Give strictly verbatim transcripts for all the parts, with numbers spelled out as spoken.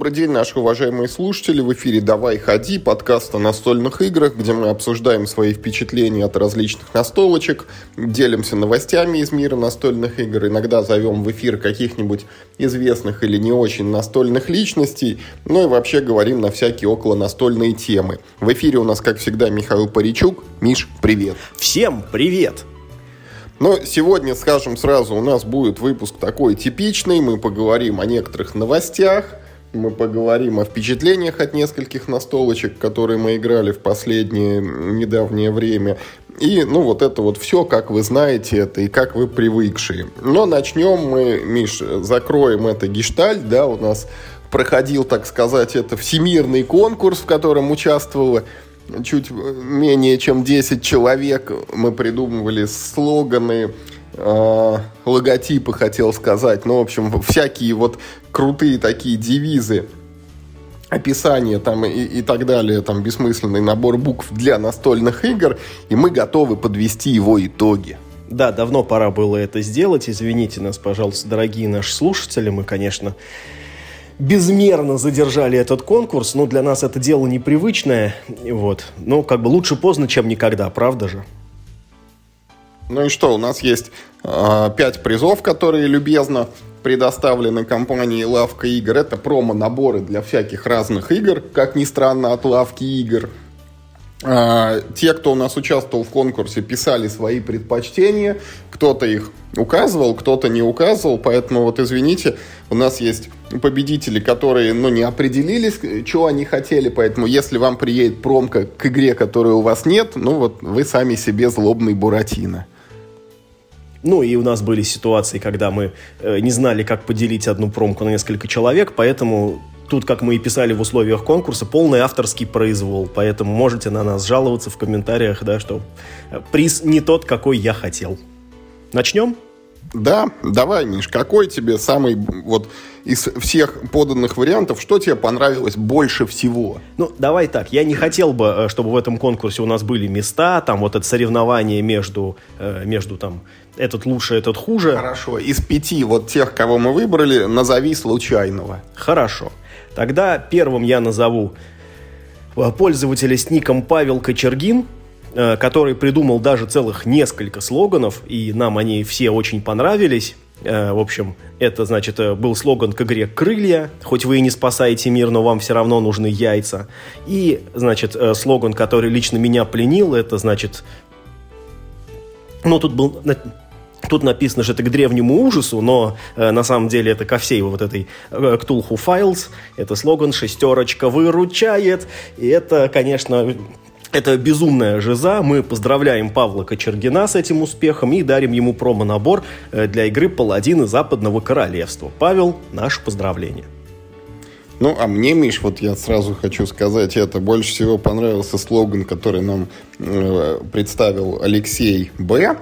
Добрый день, наши уважаемые слушатели. В эфире «Давай, ходи», подкаст о настольных играх, где мы обсуждаем свои впечатления от различных настолочек, делимся новостями из мира настольных игр, иногда зовем в эфир каких-нибудь известных или не очень настольных личностей, ну и вообще говорим на всякие околонастольные темы. В эфире у нас, как всегда, Михаил Паричук. Миш, привет. Всем привет. Но сегодня, скажем сразу, у нас будет выпуск такой типичный. Мы поговорим о некоторых новостях, мы поговорим о впечатлениях от нескольких настолочек, которые мы играли в последнее недавнее время. И, ну, вот это вот все, как вы знаете это и как вы привыкшие. Но начнем мы, Миш, закроем это гештальт, да, у нас проходил, так сказать, это всемирный конкурс, в котором участвовало чуть менее чем десять человек. Мы придумывали слоганы, э, логотипы, хотел сказать. Ну, в общем, всякие вот крутые такие девизы, описания там и, и так далее. Там бессмысленный набор букв для настольных игр. И мы готовы подвести его итоги. Да, давно пора было это сделать. Извините нас, пожалуйста, дорогие наши слушатели. Мы, конечно, безмерно задержали этот конкурс, но для нас это дело непривычное, вот. Но как бы лучше поздно, чем никогда, правда же? Ну и что, у нас есть э, пять призов, которые любезно предоставлены компанией Лавка Игр. Это промо-наборы для всяких разных игр, как ни странно, от Лавки Игр. Э, те, кто у нас участвовал в конкурсе, писали свои предпочтения. Кто-то их указывал, кто-то не указывал, поэтому вот извините, у нас есть победители, которые, ну, не определились, что они хотели, поэтому если вам приедет промка к игре, которой у вас нет, ну вот вы сами себе злобный Буратино. Ну и у нас были ситуации, когда мы э, не знали, как поделить одну промку на несколько человек, поэтому тут, как мы и писали в условиях конкурса, полный авторский произвол, поэтому можете на нас жаловаться в комментариях, да, что приз не тот, какой я хотел. Начнем? Да, давай, Миш, какой тебе самый, вот, из всех поданных вариантов, что тебе понравилось больше всего? Ну, давай так, я не хотел бы, чтобы в этом конкурсе у нас были места, там, вот это соревнование между, между там, этот лучше, этот хуже. Хорошо, из пяти вот тех, кого мы выбрали, назови случайного. Хорошо, тогда первым я назову пользователя с ником Павел Кочергин, который придумал даже целых несколько слоганов, и нам они все очень понравились. В общем, это, значит, был слоган к игре «Крылья», хоть вы и не спасаете мир, но вам все равно нужны яйца. И, значит, слоган, который лично меня пленил, это, значит, ну, тут был... Тут написано, что это к древнему ужасу, но э, на самом деле это ко всей вот этой э, Cthulhu Files. Это слоган «Шестерочка выручает». И это, конечно, это безумная жиза. Мы поздравляем Павла Кочергина с этим успехом и дарим ему промо-набор э, для игры «Паладины Западного Королевства». Павел, наше поздравление. Ну, а мне, Миш, вот я сразу хочу сказать это. Больше всего понравился слоган, который нам э, представил Алексей Б.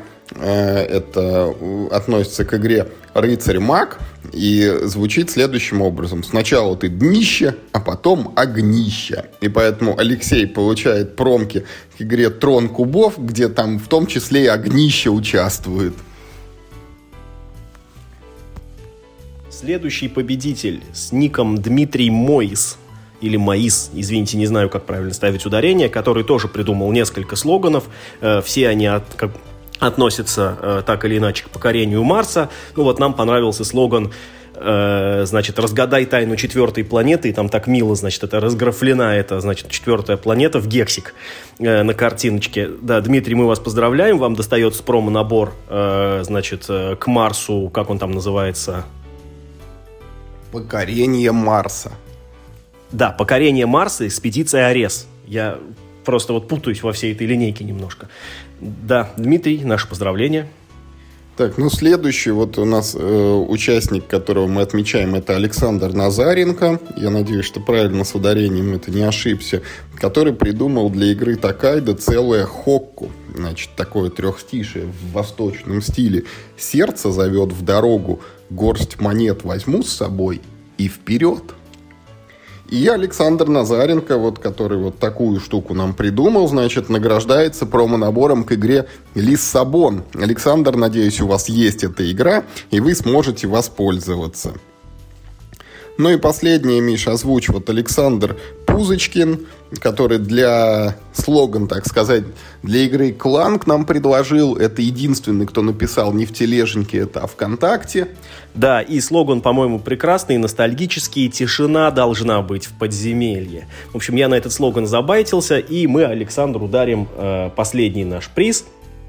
Это относится к игре «Рыцарь-маг» и звучит следующим образом. Сначала ты днище, а потом огнище. И поэтому Алексей получает промки к игре «Трон кубов», где там в том числе и огнище участвует. Следующий победитель с ником Дмитрий Моис. Или Маис, извините, не знаю, как правильно ставить ударение, который тоже придумал несколько слоганов. Все они от... как относится э, так или иначе к покорению Марса. Ну вот нам понравился слоган, э, значит, «Разгадай тайну четвертой планеты», и там так мило, значит, это разграфлена, это, значит, четвертая планета в гексик э, на картиночке. Да, Дмитрий, мы вас поздравляем, вам достается промо-набор, э, значит, э, к Марсу, как он там называется? «Покорение Марса». Да, «Покорение Марса», экспедиция Арес. Я просто вот путаюсь во всей этой линейке немножко. Да, Дмитрий, наше поздравление. Так, ну следующий вот у нас э, участник, которого мы отмечаем, это Александр Назаренко. Я надеюсь, что правильно с ударением это не ошибся. Который придумал для игры Токайдо целое хокку. Значит, такое трехстишие в восточном стиле. Сердце зовет в дорогу, горсть монет возьму с собой и вперед. И Александр Назаренко, вот, который вот такую штуку нам придумал, значит, награждается промо-набором к игре «Лиссабон». Александр, надеюсь, у вас есть эта игра, и вы сможете воспользоваться. Ну и последнее, Миш, озвучь вот Александр Пузочкин, который для слоган, так сказать, для игры «Клан» к нам предложил. Это единственный, кто написал не в тележеньке, это а ВКонтакте. Да, и слоган, по-моему, прекрасный, ностальгический. «Тишина должна быть в подземелье». В общем, я на этот слоган забайтился, и мы Александру дарим э, последний наш приз.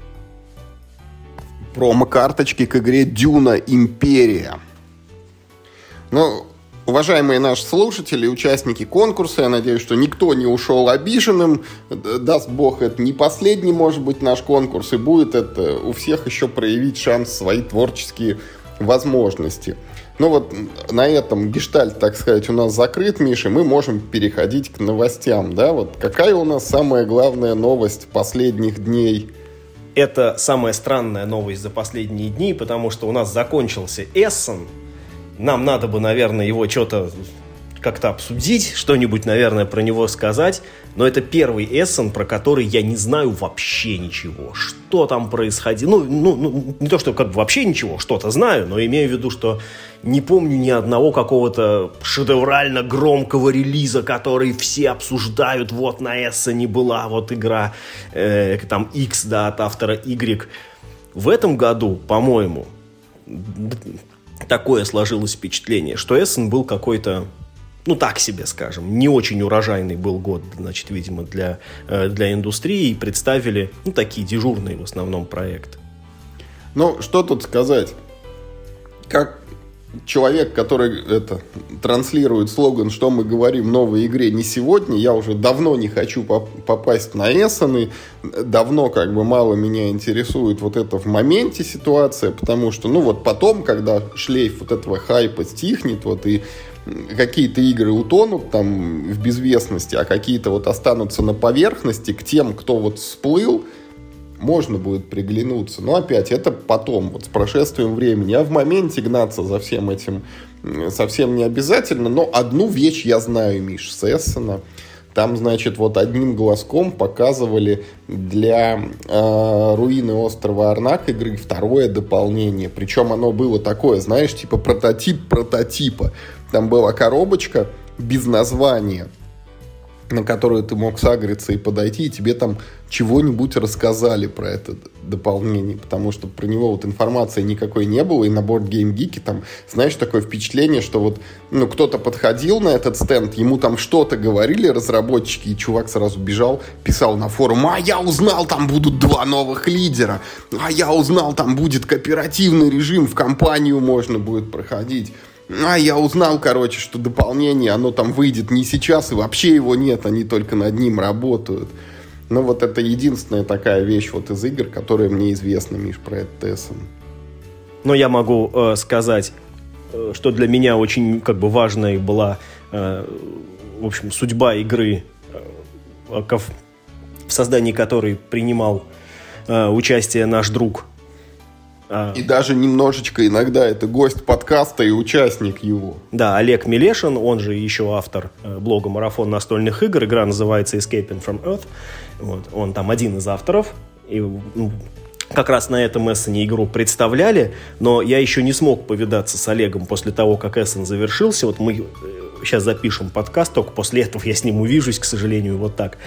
Промо-карточки к игре «Дюна. Империя». Ну, уважаемые наши слушатели, участники конкурса, я надеюсь, что никто не ушел обиженным. Даст Бог, это не последний, может быть, наш конкурс, и будет это у всех еще проявить шанс, свои творческие возможности. Ну вот на этом гештальт, так сказать, у нас закрыт, Миша, мы можем переходить к новостям, да? Вот какая у нас самая главная новость последних дней? Это самая странная новость за последние дни, потому что у нас закончился Эссен. Нам надо бы, наверное, его что-то как-то обсудить, что-нибудь, наверное, про него сказать. Но это первый Эссен, про который я не знаю вообще ничего. Что там происходило? Ну, ну, ну не то, что как бы вообще ничего, что-то знаю, но имею в виду, что не помню ни одного какого-то шедеврально громкого релиза, который все обсуждают. Вот на Эссене была вот игра э, там X, да, от автора Y. В этом году, по-моему, такое сложилось впечатление, что Эссен был какой-то, ну так себе скажем, не очень урожайный был год, значит, видимо, для, для индустрии, и представили, ну, такие дежурные в основном проекты. Ну, что тут сказать? Как человек, который это, транслирует слоган, что мы говорим в новой игре не сегодня, я уже давно не хочу поп- попасть на Эссены, давно как бы мало меня интересует вот это в моменте ситуация, потому что, ну вот потом, когда шлейф вот этого хайпа стихнет, вот и какие-то игры утонут там в безвестности, а какие-то вот останутся на поверхности, к тем, кто вот всплыл, можно будет приглянуться. Но опять, это потом, вот с прошествием времени. А в моменте гнаться за всем этим совсем не обязательно. Но одну вещь я знаю, Миш, с Эссена. Там, значит, вот одним глазком показывали для э, руины острова Арнак игры второе дополнение. Причем оно было такое, знаешь, типа прототип прототипа. Там была коробочка без названия, на которую ты мог сагриться и подойти, и тебе там чего-нибудь рассказали про это дополнение, потому что про него вот информации никакой не было, и на Board Game Geek там, знаешь, такое впечатление, что вот, ну, кто-то подходил на этот стенд, ему там что-то говорили разработчики, и чувак сразу бежал, писал на форум: а я узнал, там будут два новых лидера, а я узнал, там будет кооперативный режим, в компанию можно будет проходить. А я узнал, короче, что дополнение, оно там выйдет не сейчас, и вообще его нет, они только над ним работают. Ну, вот это единственная такая вещь вот из игр, которая мне известна, Миш, про этот Эссен. Но я могу э, сказать, э, что для меня очень как бы важной была, э, в общем, судьба игры, э, в создании которой принимал э, участие наш друг. И даже немножечко иногда это гость подкаста и участник его. Да, Олег Милешин, он же еще автор блога «Марафон настольных игр». Игра называется «Escaping from Earth». Вот, он там один из авторов. И, ну, как раз на этом Эссене игру представляли. Но я еще не смог повидаться с Олегом после того, как Эссен завершился. Вот мы сейчас запишем подкаст, только после этого я с ним увижусь, к сожалению, вот так.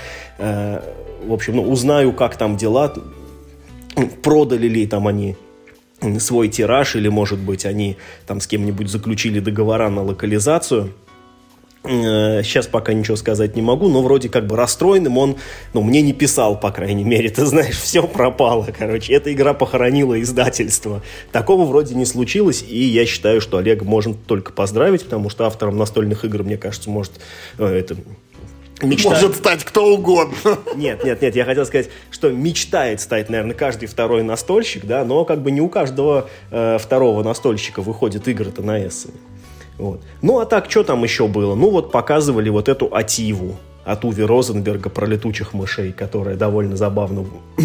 В общем, ну, узнаю, как там дела, продали ли там они свой тираж, или, может быть, они там с кем-нибудь заключили договора на локализацию. Сейчас пока ничего сказать не могу, но вроде как бы расстроенным он, ну, мне не писал, по крайней мере. Ты знаешь, все пропало, короче. Эта игра похоронила издательство. Такого вроде не случилось, и я считаю, что Олег можно только поздравить, потому что автором настольных игр, мне кажется, может... Это... Мечта... Может стать кто угодно. Нет, нет, нет, я хотел сказать, что мечтает стать, наверное, каждый второй настольщик, да, но как бы не у каждого э, второго настольщика выходят игры-то на Эссене. Вот. Ну, а так, что там еще было? Ну, вот показывали вот эту Ативу от Уви Розенберга про летучих мышей, которая довольно забавно,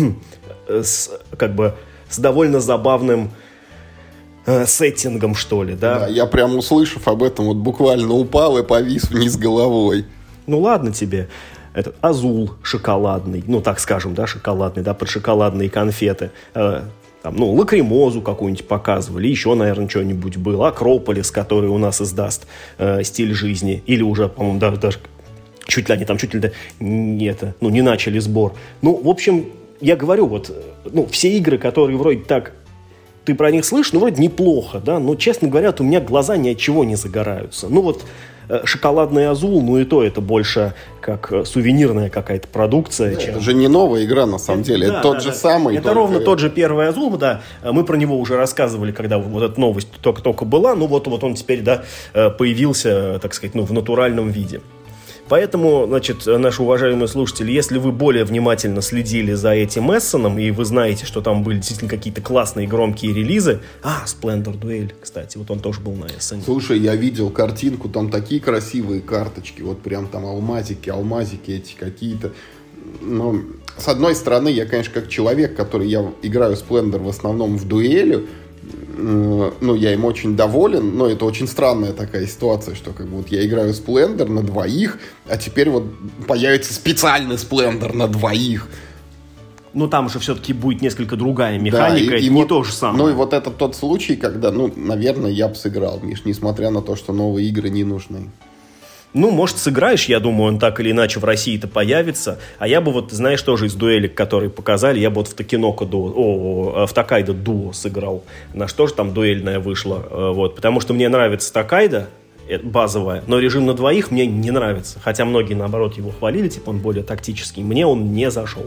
с, как бы, с довольно забавным э, сеттингом, что ли, да? Да, я прям, услышав об этом, вот буквально упал и повис вниз головой. Ну ладно тебе, этот Азул шоколадный, ну так скажем, да, шоколадный, да, под шоколадные конфеты. Э, Там, ну, Лакримозу какую-нибудь показывали, еще, наверное, что-нибудь было. Акрополис, который у нас издаст э, стиль жизни. Или уже, по-моему, даже, даже чуть ли они там чуть ли не, это, ну, не начали сбор. Ну, в общем, я говорю, вот, ну, все игры, которые вроде так, ты про них слышишь, ну, вроде неплохо, да, но, честно говоря, вот у меня глаза ни от чего не загораются. Ну, вот, шоколадный Азул, ну и то это больше как сувенирная какая-то продукция. Да, чем... Это же не новая игра, на самом деле. Да, это тот да, же да. самый. Это ровно тот же первый Азул, да. Мы про него уже рассказывали, когда вот эта новость только-только была. Ну вот, вот он теперь, да, появился, так сказать, ну, в натуральном виде. Поэтому, значит, наши уважаемые слушатели, если вы более внимательно следили за этим Эссеном, и вы знаете, что там были действительно какие-то классные громкие релизы... А, Splendor Duel, кстати, вот он тоже был на Эссене. Слушай, я видел картинку, там такие красивые карточки, вот прям там алмазики, алмазики эти какие-то. Но, с одной стороны, я, конечно, как человек, который я играю Splendor в основном в дуэли, ну, я им очень доволен, но это очень странная такая ситуация, что как бы вот я играю Splendor на двоих, а теперь вот появится специальный Splendor на двоих. Ну, там же все-таки будет несколько другая механика, да, и, это и не вот, то же самое. Ну, и вот это тот случай, когда, ну, наверное, я бы сыграл, Миш, несмотря на то, что новые игры не нужны. Ну, может, сыграешь, я думаю, он так или иначе в России-то появится. А я бы вот, знаешь, тоже из дуэлек, которые показали, я бы вот в Токеноко дуо, о, в Токайдо дуо сыграл. Наш тоже там дуэльная вышла. Вот, потому что мне нравится Токайдо, базовая, но режим на двоих мне не нравится. Хотя многие, наоборот, его хвалили, типа он более тактический. Мне он не зашел.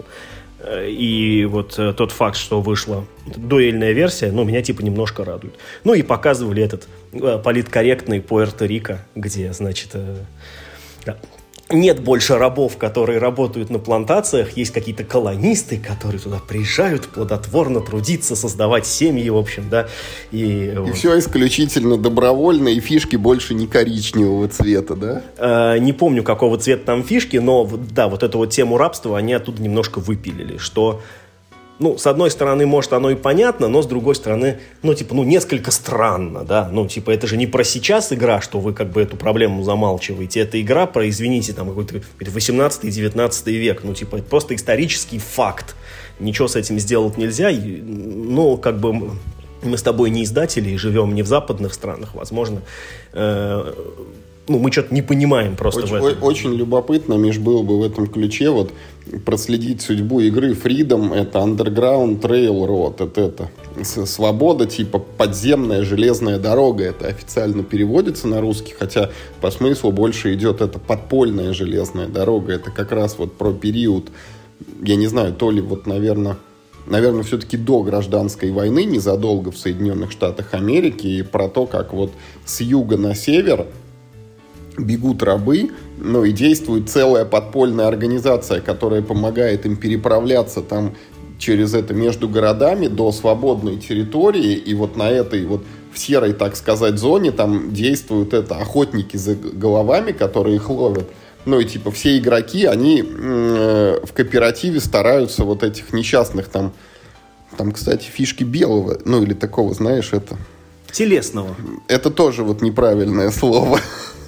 И вот тот факт, что вышла дуэльная версия, ну, меня типа немножко радует. Ну, и показывали этот политкорректный Пуэрто-Рико, где, значит, да, нет больше рабов, которые работают на плантациях, есть какие-то колонисты, которые туда приезжают плодотворно трудиться, создавать семьи, в общем, да. И, и все исключительно добровольно, и фишки больше не коричневого цвета, да? Э, не помню, какого цвета там фишки, но, да, вот эту вот тему рабства они оттуда немножко выпилили, что... Ну, с одной стороны, может, оно и понятно, но с другой стороны, ну, типа, ну, несколько странно, да, ну, типа, это же не про сейчас игра, что вы как бы эту проблему замалчиваете, это игра про, извините, там, какой-то восемнадцатый-девятнадцатый век, ну, типа, это просто исторический факт, ничего с этим сделать нельзя, ну, как бы мы с тобой не издатели и живем не в западных странах, возможно, э- ну, мы что-то не понимаем просто очень, в этом. Очень любопытно, Миш, было бы в этом ключе вот проследить судьбу игры Freedom, это Underground Railroad, это, это свобода, типа подземная железная дорога, это официально переводится на русский, хотя по смыслу больше идет это подпольная железная дорога, это как раз вот про период, я не знаю, то ли вот, наверное... Наверное, все-таки до гражданской войны, незадолго в Соединенных Штатах Америки, и про то, как вот с юга на север бегут рабы, ну и действует целая подпольная организация, которая помогает им переправляться там через это между городами до свободной территории, и вот на этой вот в серой, так сказать, зоне там действуют это охотники за головами, которые их ловят. Ну и типа все игроки, они э, в кооперативе стараются вот этих несчастных там, там, кстати, фишки белого, ну или такого, знаешь, это... Телесного. Это тоже вот неправильное слово.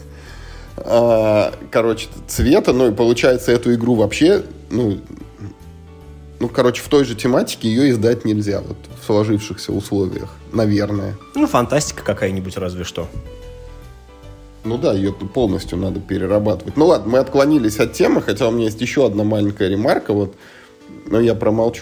Короче, цвета, ну и получается эту игру вообще, ну, ну, короче, в той же тематике ее издать нельзя, вот в сложившихся условиях, наверное. Ну, фантастика какая-нибудь разве что. Ну да, ее полностью надо перерабатывать. Ну ладно, мы отклонились от темы, хотя у меня есть еще одна маленькая ремарка, вот, но я промолчу.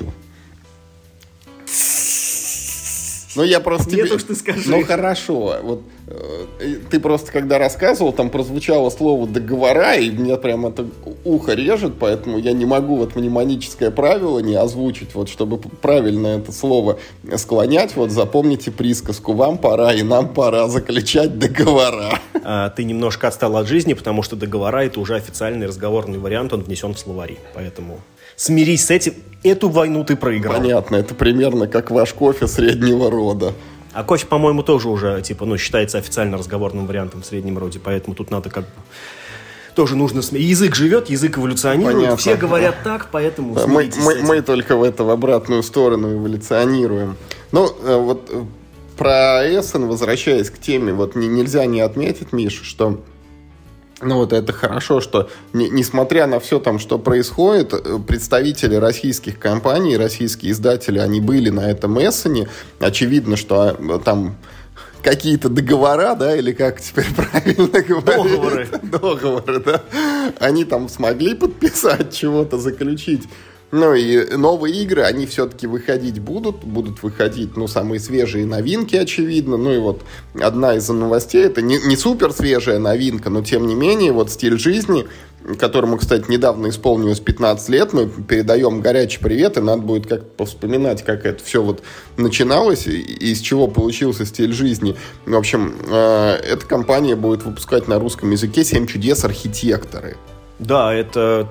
Ну, я просто Нет тебе... уж ты скажи. Ну, хорошо. Вот, э, ты просто, когда рассказывал, там прозвучало слово «договора», и мне прям это ухо режет, поэтому я не могу вот мнемоническое правило не озвучить. Вот, чтобы правильно это слово склонять, вот, запомните присказку «Вам пора и нам пора заключать договора». А, ты немножко отстал от жизни, потому что договора — это уже официальный разговорный вариант, он внесен в словари, поэтому... Смирись с этим, эту войну ты проиграл. Понятно, это примерно как ваш кофе среднего рода. А кофе, по-моему, тоже уже, типа, ну, считается официально разговорным вариантом в среднем роде, поэтому тут надо как бы... Тоже нужно... См... Язык живет, язык эволюционирует, понятно. Все говорят так, поэтому да, мы, мы, мы только в это, в обратную сторону эволюционируем. Ну, вот про Эссен, возвращаясь к теме, вот не, нельзя не отметить, Миша, что Ну вот это хорошо, что не, несмотря на все там, что происходит, представители российских компаний, российские издатели, они были на этом Эссене. Очевидно, что там какие-то договора, да, или как теперь правильно говорить? Договоры. Договоры, да. Они там смогли подписать, чего-то заключить. Ну и новые игры, они все-таки выходить будут, будут выходить, ну, самые свежие новинки, очевидно. Ну и вот одна из новостей, это не, не супер свежая новинка, но тем не менее, вот «Стиль жизни», которому, кстати, недавно исполнилось пятнадцать лет, мы передаем горячий привет, и надо будет как-то вспоминать, как это все вот начиналось, и из чего получился «Стиль жизни». В общем, э, эта компания будет выпускать на русском языке «Семь чудес. Архитекторы». Да, это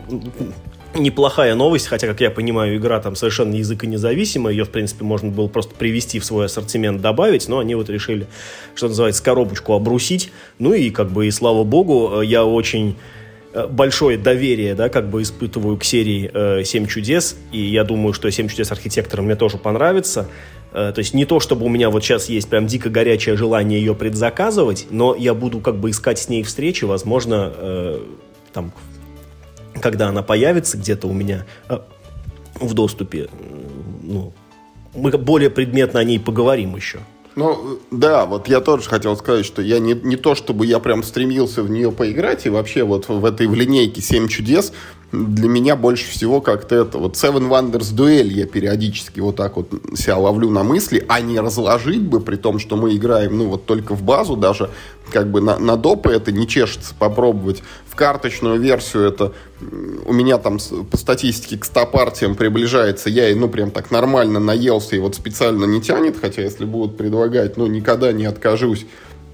неплохая новость, хотя, как я понимаю, игра там совершенно языконезависимая, ее, в принципе, можно было просто привести в свой ассортимент, добавить, но они вот решили, что называется, коробочку обрусить, ну и, как бы, и слава богу, я очень большое доверие, да, как бы испытываю к серии э, «Семь чудес», и я думаю, что «Семь чудес архитектора» мне тоже понравится. Э, то есть не то, чтобы у меня вот сейчас есть прям дико горячее желание ее предзаказывать, но я буду как бы искать с ней встречи, возможно, э, там, когда она появится где-то у меня э, в доступе, э, ну, мы более предметно о ней поговорим еще. Ну, да, вот я тоже хотел сказать, что я не, не то, чтобы я прям стремился в нее поиграть, и вообще вот в этой в линейке «Семь чудес» для меня больше всего как-то это, вот Seven Wonders Duel я периодически вот так вот себя ловлю на мысли, а не разложить бы, при том, что мы играем, ну, вот только в базу, даже как бы на, на допы это не чешется попробовать. В карточную версию это у меня там по статистике к ста партиям приближается, я и, ну, прям так нормально наелся и вот специально не тянет, хотя если будут предлагать, ну, никогда не откажусь.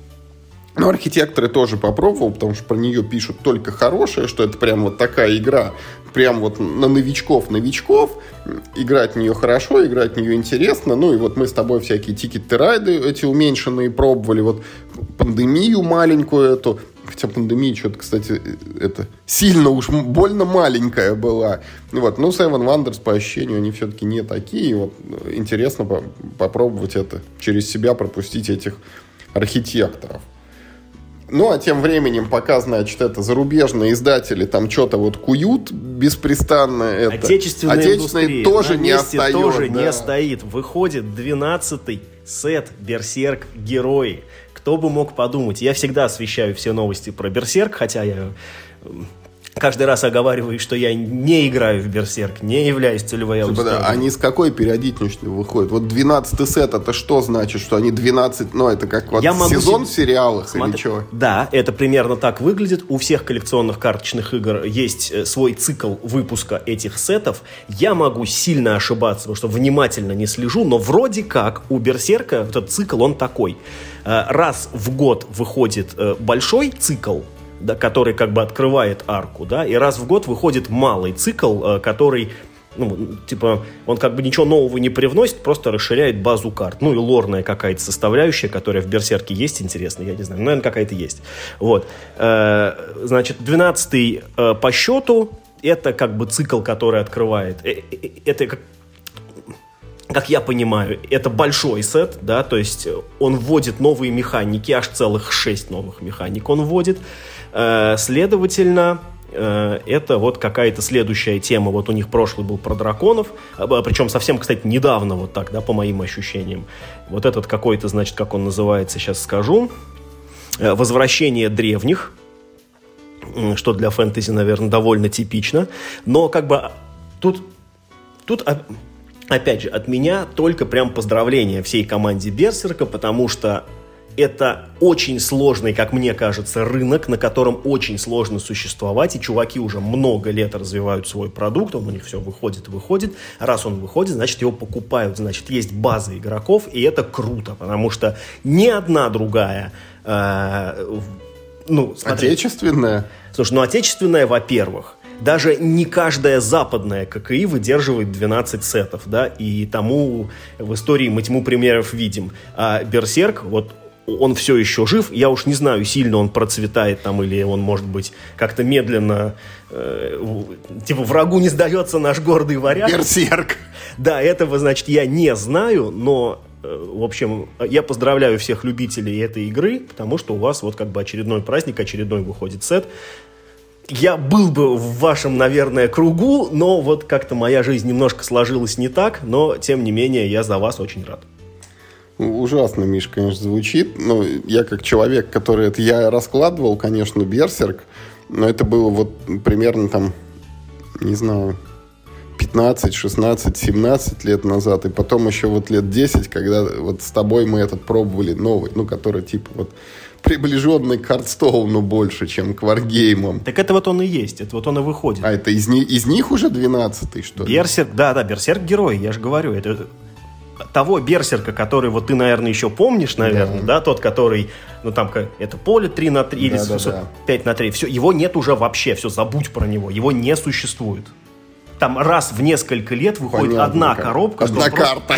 Но архитекторы тоже попробовал, потому что про нее пишут только хорошее, что это прям вот такая игра, прям вот на новичков-новичков. Играть в нее хорошо, играть в нее интересно. Ну и вот мы с тобой всякие тикет-райды эти уменьшенные пробовали, вот пандемию маленькую эту. Хотя пандемия что-то, кстати, это сильно уж больно маленькая была. Вот. Ну, Seven Wonders, по ощущению, они все-таки не такие. Вот интересно по- попробовать это, через себя пропустить этих архитекторов. Ну, а тем временем, пока, значит, это зарубежные издатели там что-то вот куют беспрестанно. Это. Отечественная, Отечественная индустрия тоже на не месте остается. тоже да. не стоит. Выходит двенадцатый сет «Берсерк. Герои». Кто бы мог подумать. Я всегда освещаю все новости про «Берсерк», хотя я каждый раз оговариваю, что я не играю в «Берсерк», не являюсь целевой аудиторией. Да, они с какой периодичностью выходят? Вот двенадцатый сет, это что значит? Что они двенадцать, ну, это как вот сезон себе... в сериалах Смотри, или что? Да, это примерно так выглядит. У всех коллекционных карточных игр есть свой цикл выпуска этих сетов. Я могу сильно ошибаться, потому что внимательно не слежу, но вроде как у «Берсерка» этот цикл, он такой. Раз в год выходит большой цикл, да, который как бы открывает арку, да, и раз в год выходит малый цикл, который, ну, типа, он как бы ничего нового не привносит, просто расширяет базу карт. Ну, и лорная какая-то составляющая, которая в «Берсерке» есть, интересно, я не знаю, наверное, какая-то есть. Вот. Значит, двенадцатый по счету, это как бы цикл, который открывает. Это как... Как я понимаю, это большой сет, да, то есть он вводит новые механики, аж целых шесть новых механик он вводит. Э, следовательно, э, это вот какая-то следующая тема. Вот у них прошлый был про драконов, э, причем совсем, кстати, недавно вот так, да, по моим ощущениям. Вот этот какой-то, значит, как он называется, сейчас скажу. Э, «Возвращение древних», что для фэнтези, наверное, довольно типично. Но как бы тут... тут опять же, от меня только прям поздравления всей команде «Берсерка», потому что это очень сложный, как мне кажется, рынок, на котором очень сложно существовать, и чуваки уже много лет развивают свой продукт, он у них все выходит и выходит. Раз он выходит, значит, его покупают, значит, есть база игроков, и это круто, потому что ни одна другая... Э, ну, смотри, отечественная? Слушай, ну, отечественная, во-первых. Даже не каждая западная ККИ выдерживает двенадцать сетов, да, и тому в истории мы тьму примеров видим. А «Берсерк», вот он все еще жив, я уж не знаю, сильно он процветает там, или он, может быть, как-то медленно, э, типа, врагу не сдается наш гордый варяг. «Берсерк». Да, этого, значит, я не знаю, но В общем, я поздравляю всех любителей этой игры, потому что у вас вот как бы очередной праздник, очередной выходит сет. Я был бы в вашем, наверное, кругу, но вот как-то моя жизнь немножко сложилась не так, но, тем не менее, я за вас очень рад. Ужасно, Миш, конечно, звучит. Но я как человек, который это я раскладывал, конечно, Берсерк, но это было вот примерно там, не знаю, пятнадцать, шестнадцать, семнадцать лет назад, и потом еще вот лет десять, когда вот с тобой мы этот пробовали новый, ну, который типа вот приближенный к Хардстоуну больше, чем к варгеймам. Так это вот он и есть, это вот он и выходит. А это из, ни, из них уже двенадцатый, что ли? Берсерк, да-да, Берсерк герой, я же говорю, это того Берсерка, который вот ты, наверное, еще помнишь, наверное, да, да тот, который, ну, там, это поле три на три или да, да, да. пять на три, все, его нет уже вообще, все, забудь про него, его не существует. Там раз в несколько лет выходит Понятно, одна как. коробка. Одна карта.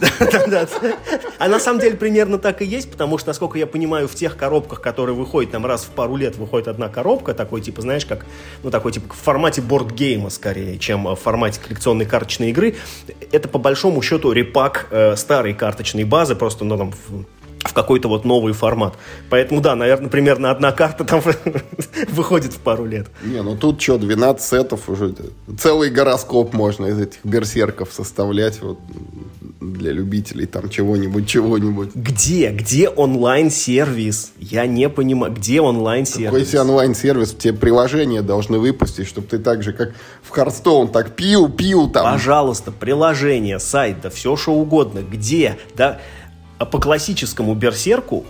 А на самом деле примерно так и есть, потому что, насколько я понимаю, в тех коробках, которые выходят, там раз в пару лет выходит одна коробка, такой типа, знаешь, как, ну, такой типа в формате бордгейма скорее, чем в формате коллекционной карточной игры. Это по большому счету репак э, старой карточной базы, просто, ну, там, в, в какой-то вот новый формат. Поэтому, да, наверное, примерно одна карта там выходит в пару лет. Не, ну тут что, двенадцать сетов уже, целый гороскоп можно из этих берсерков составлять, вот, для любителей там чего-нибудь, чего-нибудь. Где? Где онлайн-сервис? Я не понимаю. Где онлайн-сервис? Какой себе онлайн-сервис? Тебе приложения должны выпустить, чтобы ты так же, как в Hearthstone, так пил-пил там. Пожалуйста, приложение, сайт, да все что угодно. Где? Да, по классическому берсерку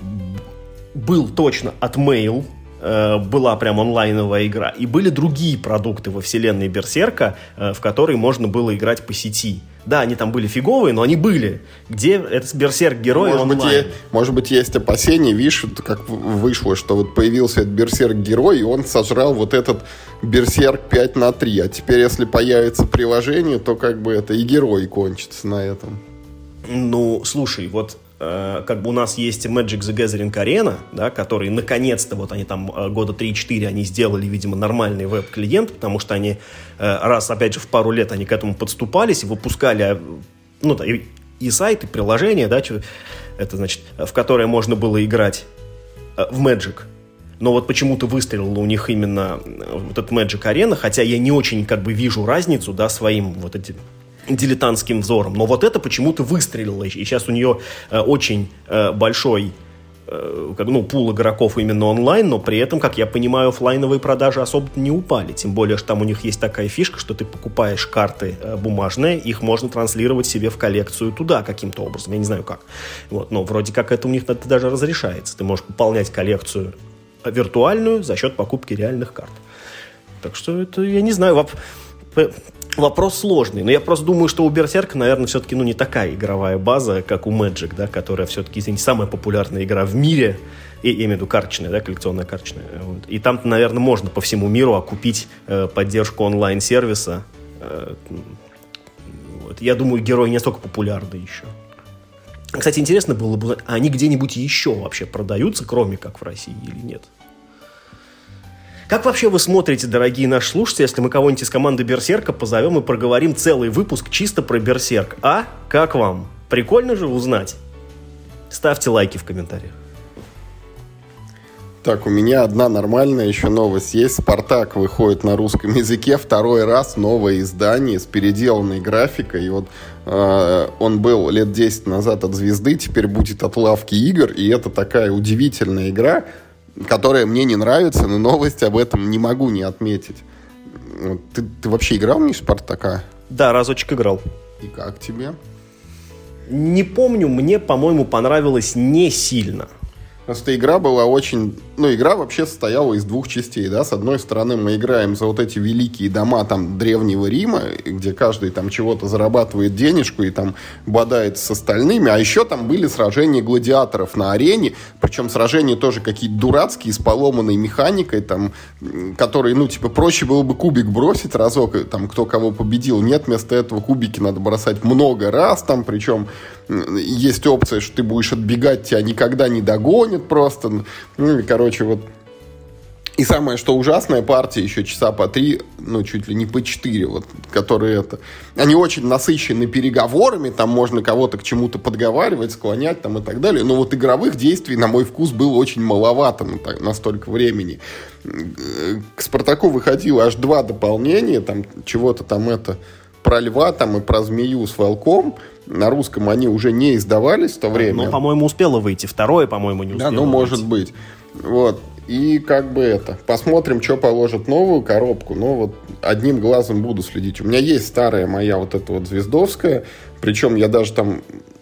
был точно отмейл, э, была прям онлайновая игра, и были другие продукты во вселенной Берсерка, э, в которые можно было играть по сети. Да, они там были фиговые, но они были. Где этот Берсерк-герой может онлайн? Быть, е- может быть, есть опасения, видишь, как вышло, что вот появился этот Берсерк-герой, и он сожрал вот этот Берсерк пять на три. А теперь, если появится приложение, то как бы это и герой кончится на этом. Ну, слушай, вот э, как бы у нас есть Magic the Gathering Arena, да, который наконец-то, вот они там э, года три-четыре они сделали, видимо, нормальный веб-клиент, потому что они э, раз, опять же, в пару лет они к этому подступались и выпускали, ну, да, и, и сайт, и приложение, да, это, значит, в которое можно было играть э, в Magic. Но вот почему-то выстрелила у них именно вот эта Magic Arena, хотя я не очень как бы вижу разницу, да, своим вот этим дилетантским взором. Но вот это почему-то выстрелило. И сейчас у нее э, очень э, большой э, как, ну, пул игроков именно онлайн, но при этом, как я понимаю, офлайновые продажи особо не упали. Тем более, что там у них есть такая фишка, что ты покупаешь карты э, бумажные, их можно транслировать себе в коллекцию туда каким-то образом. Я не знаю как. Вот, но вроде как это у них это даже разрешается. Ты можешь пополнять коллекцию виртуальную за счет покупки реальных карт. Так что это, я не знаю, воп... вопрос сложный. Но я просто думаю, что у Берсерка, наверное, все-таки ну, не такая игровая база, как у Magic, да, которая все-таки, извините, самая популярная игра в мире, и, я имею в виду карточная, да, коллекционная карточная. Вот. И там, наверное, можно по всему миру окупить э, поддержку онлайн-сервиса. Э, вот. Я думаю, герои не настолько популярны еще. Кстати, интересно было бы узнать, а они где-нибудь еще вообще продаются, кроме как в России, или нет? Как вообще вы смотрите, дорогие наши слушатели, если мы кого-нибудь из команды Берсерка позовем и проговорим целый выпуск чисто про Берсерк? А? Как вам? Прикольно же узнать? Ставьте лайки в комментариях. Так, у меня одна нормальная еще новость есть. «Спартак» выходит на русском языке второй раз, новое издание с переделанной графикой. И вот э, он был лет десять назад от «Звезды», теперь будет от «Лавки игр». И это такая удивительная игра, которая мне не нравится, но новость об этом не могу не отметить. Ты, ты вообще играл в «Спартака»? Да, разочек играл. И как тебе? Не помню, мне, по-моему, понравилось не сильно. Просто игра была очень... Ну, игра вообще состояла из двух частей, да. С одной стороны, мы играем за вот эти великие дома там Древнего Рима, где каждый там чего-то зарабатывает денежку и там бодается с остальными. А еще там были сражения гладиаторов на арене. Причем сражения тоже какие-то дурацкие, с поломанной механикой, там, которые, ну, типа, проще было бы кубик бросить разок, там, кто кого победил. Нет, вместо этого кубики надо бросать много раз, там, причем есть опция, что ты будешь отбегать, тебя никогда не догонят просто. Ну, и, короче, вот И самое, что ужасная партия еще часа по три, ну, чуть ли не по четыре, вот, которые это... Они очень насыщены переговорами, там можно кого-то к чему-то подговаривать, склонять там и так далее. Но вот игровых действий, на мой вкус, было очень маловато на, на столько времени. К «Спартаку» выходило аж два дополнения, там чего-то там это... Про льва там и про змею с волком. На русском они уже не издавались в то время. Ну, по-моему, успело выйти. Второе, по-моему, не успело. Да, ну, выйти. может быть. Вот. И как бы это... Посмотрим, что положат новую коробку. Но вот одним глазом буду следить. У меня есть старая моя вот эта вот звездовская. Причем я даже там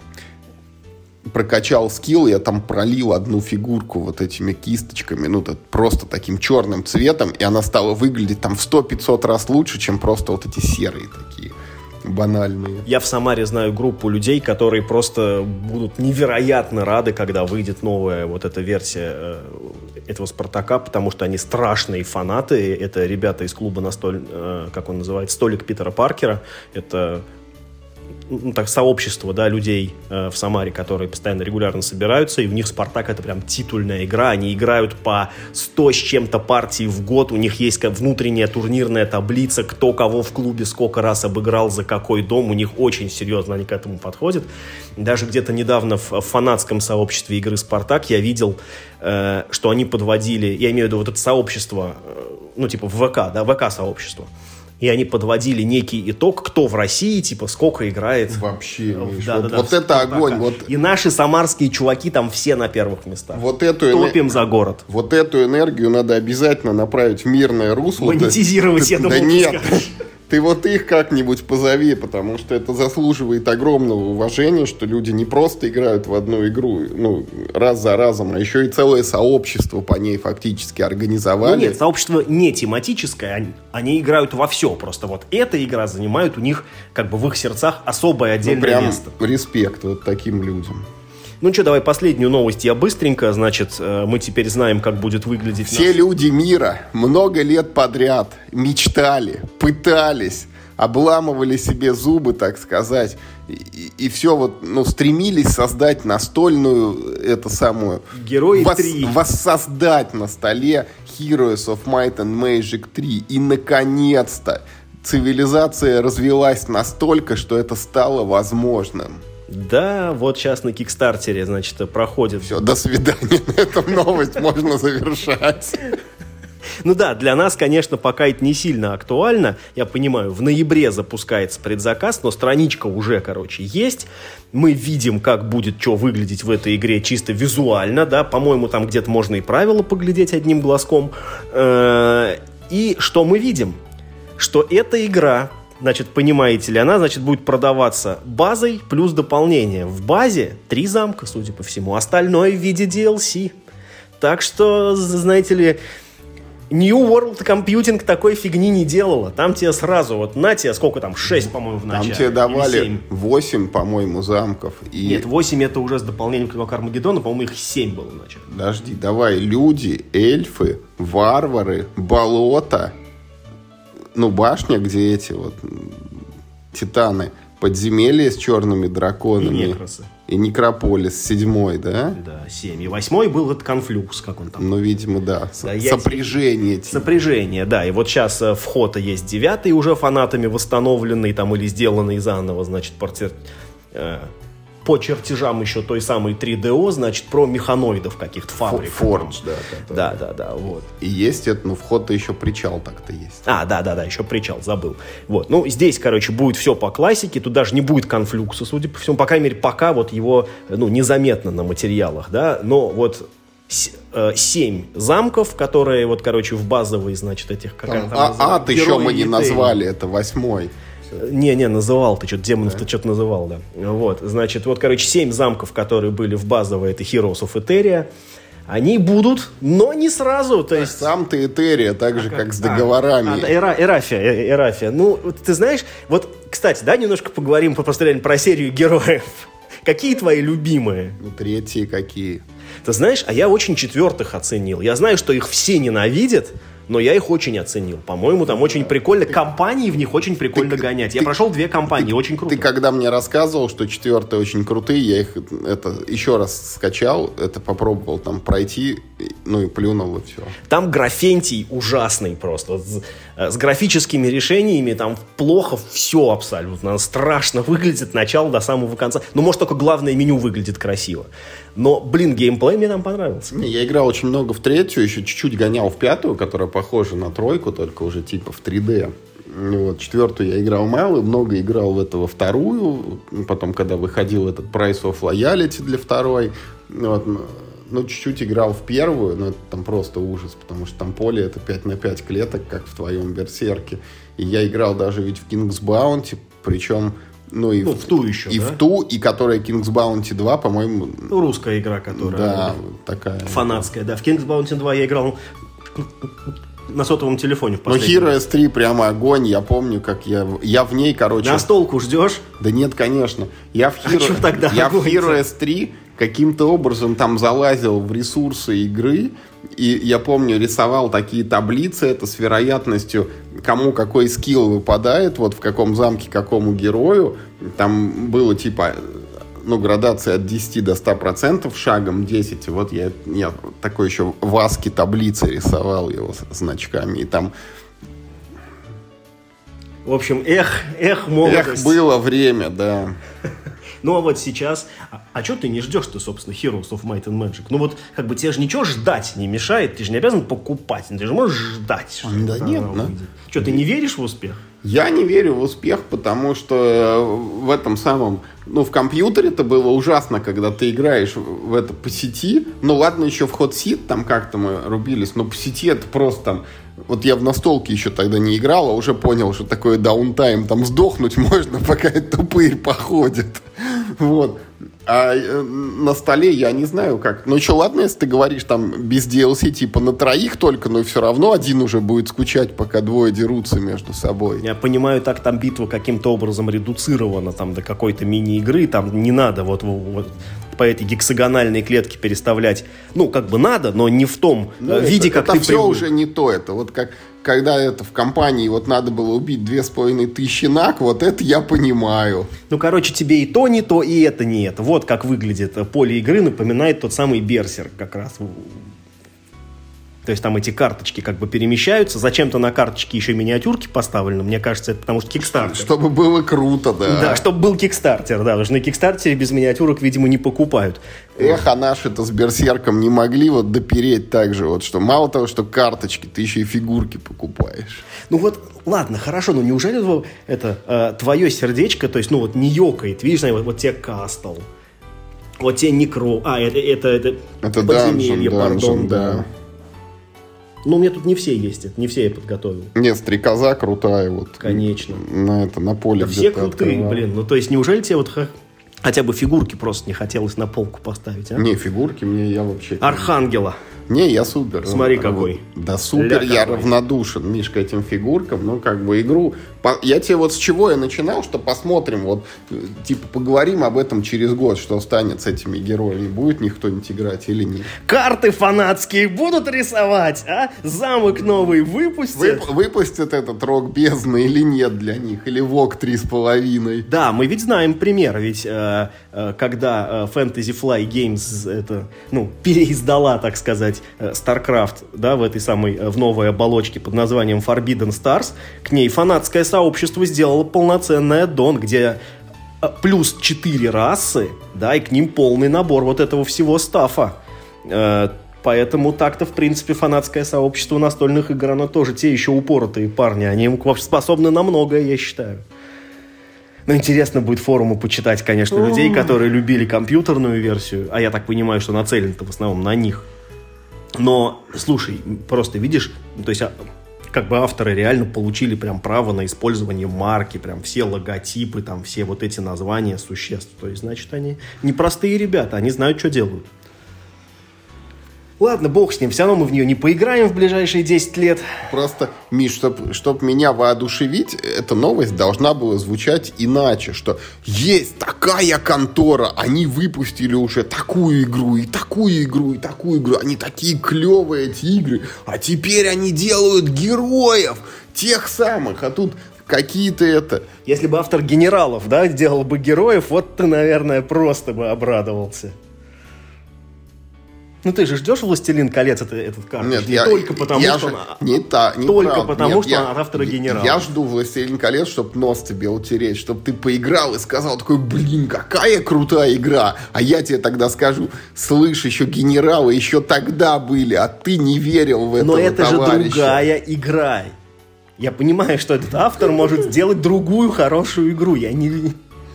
прокачал скилл. Я там пролил одну фигурку вот этими кисточками. Ну, просто таким черным цветом. И она стала выглядеть там в сто-пятьсот раз лучше, чем просто вот эти серые такие банальные. Я в Самаре знаю группу людей, которые просто будут невероятно рады, когда выйдет новая вот эта версия э, этого «Спартака», потому что они страшные фанаты. Это ребята из клуба настоль, э, как он называется, «Столик Питера Паркера». Это ну, так, сообщество, да, людей э, в Самаре, которые постоянно регулярно собираются, и у них «Спартак» — это прям титульная игра, они играют по сто с чем-то партий в год, у них есть внутренняя турнирная таблица, кто кого в клубе сколько раз обыграл, за какой дом, у них очень серьезно они к этому подходят. Даже где-то недавно в фанатском сообществе игры «Спартак» я видел, э, что они подводили, я имею в виду вот это сообщество, э, ну типа в ВК, да, ВК-сообщество. И они подводили некий итог, кто в России, типа, сколько играет. Вообще, Миш, да, вот, да, да, вот это огонь. Вот... И наши самарские чуваки там все на первых местах. Вот эту Топим энер... за город. Вот эту энергию надо обязательно направить в мирное русло. Монетизировать, ты... я думал, да нет. Ты вот их как-нибудь позови, потому что это заслуживает огромного уважения, что люди не просто играют в одну игру, ну, раз за разом, а еще и целое сообщество по ней фактически организовали. Ну нет, сообщество не тематическое, они, они играют во все, просто вот эта игра занимает у них, как бы в их сердцах особое отдельное ну, прям место. Респект вот таким людям. Ну что, давай последнюю новость я быстренько. Значит, мы теперь знаем, как будет выглядеть... Все наш... люди мира много лет подряд мечтали, пытались, обламывали себе зубы, так сказать, и, и все вот, ну, стремились создать настольную, это самую... Герои вос, три. Воссоздать на столе Heroes of Might and Magic три. И, наконец-то, цивилизация развилась настолько, что это стало возможным. Да, вот сейчас на Кикстартере, значит, проходит. Все, до свидания. На этом новость можно завершать. Ну да, для нас, конечно, пока это не сильно актуально. Я понимаю, в ноябре запускается предзаказ, но страничка уже, короче, есть. Мы видим, как будет что выглядеть в этой игре чисто визуально, да. По-моему, там где-то можно и правила поглядеть одним глазком. И что мы видим? Что эта игра... Значит, понимаете ли, она, значит, будет продаваться базой плюс дополнение. В базе три замка, судя по всему. Остальное в виде ди эл си. Так что, знаете ли, New World Computing такой фигни не делала. Там тебе сразу, вот на тебе, сколько там, шесть, по-моему, в начале. Там тебе давали восемь, по-моему, замков. И... Нет, восемь это уже с дополнением к Армагеддону, по-моему, их семь было в начале. Подожди, давай, люди, эльфы, варвары, болото... Ну, башня, где эти вот титаны, подземелье с черными драконами. И некросы. И Некрополис, седьмой, да? Да, семь. И восьмой был этот конфлюкс, как он там. Ну, видимо, да. да Сопряжение. Типа. Сопряжение, да. И вот сейчас э, вход есть девятый, уже фанатами восстановленный там или сделанный заново, значит, портер... э, по чертежам еще той самой три дэ о, значит, про механоидов каких-то фабрик. Фордж, да, да, да, да, вот. И есть это, ну, вход-то еще причал так-то есть. А, да, да, да, еще причал, забыл. Вот, ну, здесь, короче, будет все по классике, тут даже не будет конфлюкса, судя по всему, по крайней мере, пока вот его, ну, незаметно на материалах, да, но вот семь замков, которые, вот, короче, в базовой, значит, этих... Как там, там, а, ад еще мы не назвали, это восьмой. Не-не, называл ты, что-то демонов-то да? что-то называл, да. Вот, значит, вот, короче, семь замков, которые были в базовой, это Heroes of Eteria, они будут, но не сразу, то есть... Сам ты Этерия, так же, а, как с договорами. А, Эра, Эрафия, Эрафия. Ну, ты знаешь, вот, кстати, да, немножко поговорим просто реально про серию героев. Какие твои любимые? Ну, третьи какие? Ты знаешь, а я очень четвертых оценил. Я знаю, что их все ненавидят, но я их очень оценил. По-моему, там очень прикольно. Компании в них очень прикольно ты, гонять. Ты, я прошел две компании, ты, очень круто. Ты когда мне рассказывал, что четвертые очень крутые, я их это еще раз скачал, это попробовал там пройти. ну и плюнул, и все. Там графентий ужасный просто. Вот с, с графическими решениями там плохо все абсолютно. Страшно выглядит от начала до самого конца. Ну, может, только главное меню выглядит красиво. Но, блин, геймплей мне там понравился. Не, я играл очень много в третью, еще чуть-чуть гонял в пятую, которая похожа на тройку, только уже типа в три дэ. Вот, четвертую я играл мало, много играл в это во вторую. Потом, когда выходил этот Price of Loyalty для второй, вот, ну, чуть-чуть играл в первую, но это там просто ужас, потому что там поле это пять на пять клеток, как в твоем Берсерке. И я играл даже ведь в King's Bounty, причем... Ну, и ну, в, в ту еще, и да? в ту, и которая King's Bounty два, по-моему... Ну, русская игра, которая... Да, такая... Фанатская, да. В King's Bounty два я играл на сотовом телефоне в Но Heroes три прямо огонь. Я помню, как я... Я в ней, короче... Настолку ждешь? Да нет, конечно. Я в, Hero... а что тогда я в огонь-то? Heroes три каким-то образом там залазил в ресурсы игры, и я помню, рисовал такие таблицы, это с вероятностью, кому какой скилл выпадает, вот в каком замке какому герою. Там было типа, ну, градация от десяти до ста процентов, шагом десять. И вот я, я такой еще в аске таблицы рисовал его с значками, и там... В общем, эх, эх, молодость. Эх, было время, да. Ну, а вот сейчас... А, а что ты не ждешь-то, собственно, Heroes of Might and Magic? Ну, вот, как бы, тебе же ничего ждать не мешает. Ты же не обязан покупать. Ты же можешь ждать. Да нет, да. Что, ты не веришь в успех? Я не верю в успех, потому что в этом самом... Ну, в компьютере-то было ужасно, когда ты играешь в это по сети. Ну, ладно, еще в Hot Seat там как-то мы рубились, но по сети это просто там... Вот я в настолке еще тогда не играл, а уже понял, что такое даунтайм. Там сдохнуть можно, пока этот тупырь походит. Вот. А на столе я не знаю как. Ну, еще ладно, если ты говоришь там без ди эл си типа на троих только, но все равно один уже будет скучать, пока двое дерутся между собой. Я понимаю, так там битва каким-то образом редуцирована там до какой-то мини-игры. Там не надо вот, вот по этой гексагональной клетке переставлять. Ну, как бы надо, но не в том ну, виде, это, как это ты все привык. уже не то. Это вот как когда это в компании вот надо было убить две с половиной тысячи наг, вот это я понимаю. Ну, короче, тебе и то не то, и это не это. Вот как выглядит поле игры, напоминает тот самый Берсерк как раз. То есть там эти карточки как бы перемещаются. Зачем-то на карточке еще миниатюрки поставлены. Мне кажется, это потому что кикстартер. Чтобы было круто, да. Да, чтобы был кикстартер, да. Потому что на кикстартере без миниатюрок, видимо, не покупают. Эх, а наши-то с Берсерком не могли вот допереть так же. Вот что мало того, что карточки, ты еще и фигурки покупаешь. Ну вот, ладно, хорошо, но неужели это э, твое сердечко, то есть, ну вот не ёкает, видишь, вот, вот тебе Кастл, вот тебе Некро, а, это, это, это, это подземелье, Dungeon, пардон, Dungeon, да. да. Ну, у меня тут не все есть, это не все я подготовил. Нет, стрекоза крутая вот. Конечно. На это, на поле да где-то все крутые, открывал. блин, ну то есть, неужели тебе вот хотя бы фигурки просто не хотелось на полку поставить, а? Не, фигурки мне я вообще... Архангела. Не, я супер. Смотри, ну, какой. Да супер, Ля я какой. равнодушен, Миш, к этим фигуркам. Ну, как бы игру... По... Я тебе вот с чего я начинал, что посмотрим, вот, типа, поговорим об этом через год, что станет с этими героями. Будет них кто-нибудь играть или нет. Карты фанатские будут рисовать, а? Замок новый выпустят? Вып... Выпустят этот Рок Бездны или нет для них? Или Вок три с половиной? Да, мы ведь знаем пример, ведь э, э, когда э, Fantasy Fly Games это, ну, переиздала, так сказать, э, StarCraft, да, в этой самой, э, в новой оболочке под названием Forbidden Stars, к ней фанатское сообщество сделало полноценный аддон, где э, плюс четыре расы, да, и к ним полный набор вот этого всего стафа. Э, Поэтому так-то, в принципе, фанатское сообщество настольных игр, оно тоже те еще упоротые парни. Они способны на многое, я считаю. Ну, интересно будет форуму почитать, конечно, людей, которые любили компьютерную версию. А я так понимаю, что нацелен-то в основном на них. Но, слушай, просто видишь, то есть как бы авторы реально получили прям право на использование марки, прям все логотипы, там все вот эти названия существ. То есть, значит, они непростые ребята, они знают, что делают. Ладно, бог с ним, все равно мы в нее не поиграем в ближайшие десять лет. Просто, Миш, чтобы чтоб меня воодушевить, эта новость должна была звучать иначе, что есть такая контора, они выпустили уже такую игру, и такую игру, и такую игру, они такие клевые, эти игры, а теперь они делают героев, тех самых, а тут какие-то это... Если бы автор «Генералов», да, делал бы героев, вот ты, наверное, просто бы обрадовался. Ну ты же ждешь «Властелин колец» это, этот картридж? Нет, не я, только потому, я что же, он... не та, не Только правда. потому, Нет, что я, он от автора генерала. Я жду «Властелин колец», чтобы нос тебе утереть, чтобы ты поиграл и сказал такой, блин, какая крутая игра. А я тебе тогда скажу, слышь, еще генералы еще тогда были, а ты не верил в этого Но это товарища. же другая игра. Я понимаю, что этот автор может сделать другую хорошую игру. Я не...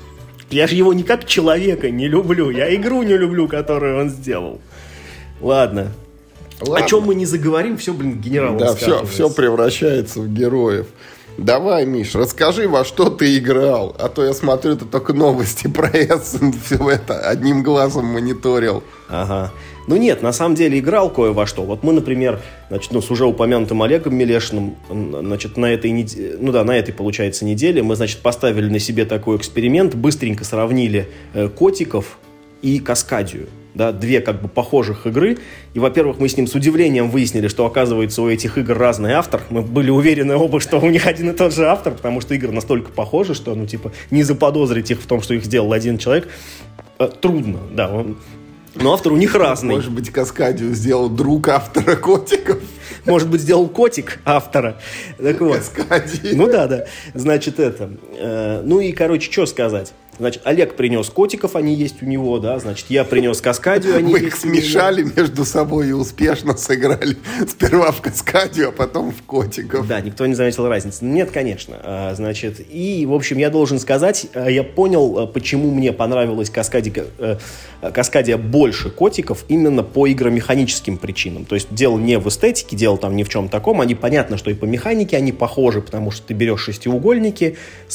Я же его не как человека не люблю. Я игру не люблю, которую он сделал. Ладно. Ладно. О чем мы не заговорим, все, блин, генерал. Да, все, все превращается в героев. Давай, Миш, расскажи, во что ты играл. А то я смотрю, ты только новости про Эссен все это одним глазом мониторил. Ага. Ну нет, на самом деле играл кое во что. Вот мы, например, значит, ну, с уже упомянутым Олегом Мелешиным, значит, на этой неделе, ну да, на этой, получается, неделе мы, значит, поставили на себе такой эксперимент, быстренько сравнили э, котиков и Каскадию. Да, две как бы похожих игры. И, во-первых, мы с ним с удивлением выяснили, что, оказывается, у этих игр разный автор. Мы были уверены оба, что у них один и тот же автор, потому что игры настолько похожи, что, ну, типа, не заподозрить их в том, что их сделал один человек, э, трудно, да. Он... Но автор у них разный. Может быть, Каскадию сделал друг автора котиков? Может быть, сделал котик автора. Так вот. Каскадии. Ну да, да. Значит, это. Э, ну и, короче, что сказать. Значит, Олег принес котиков, они есть у него, да. Значит, я принес Каскадию, они Мы есть их смешали между собой и успешно сыграли. Сперва в Каскадию, а потом в котиков. Да, никто не заметил разницы. Нет, конечно. А, значит, и, в общем, я должен сказать, я понял, почему мне понравилась Каскадия, Каскадия больше котиков именно по игромеханическим причинам. То есть дело не в эстетике, дело там ни в чем таком. Они, понятно, что и по механике они похожи, потому что ты берешь шестиугольники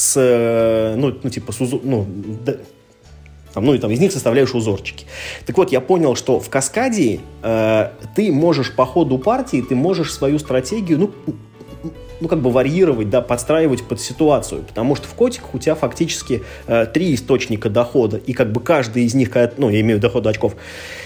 с, ну, ну типа, с узор, ну, да, там, ну и там из них составляешь узорчики. Так вот, я понял, что в Каскадии э, ты можешь по ходу партии, ты можешь свою стратегию, ну, ну, как бы варьировать, да, подстраивать под ситуацию, потому что в котиках у тебя фактически э, три источника дохода, и как бы каждый из них, ну, я имею в виду доход очков,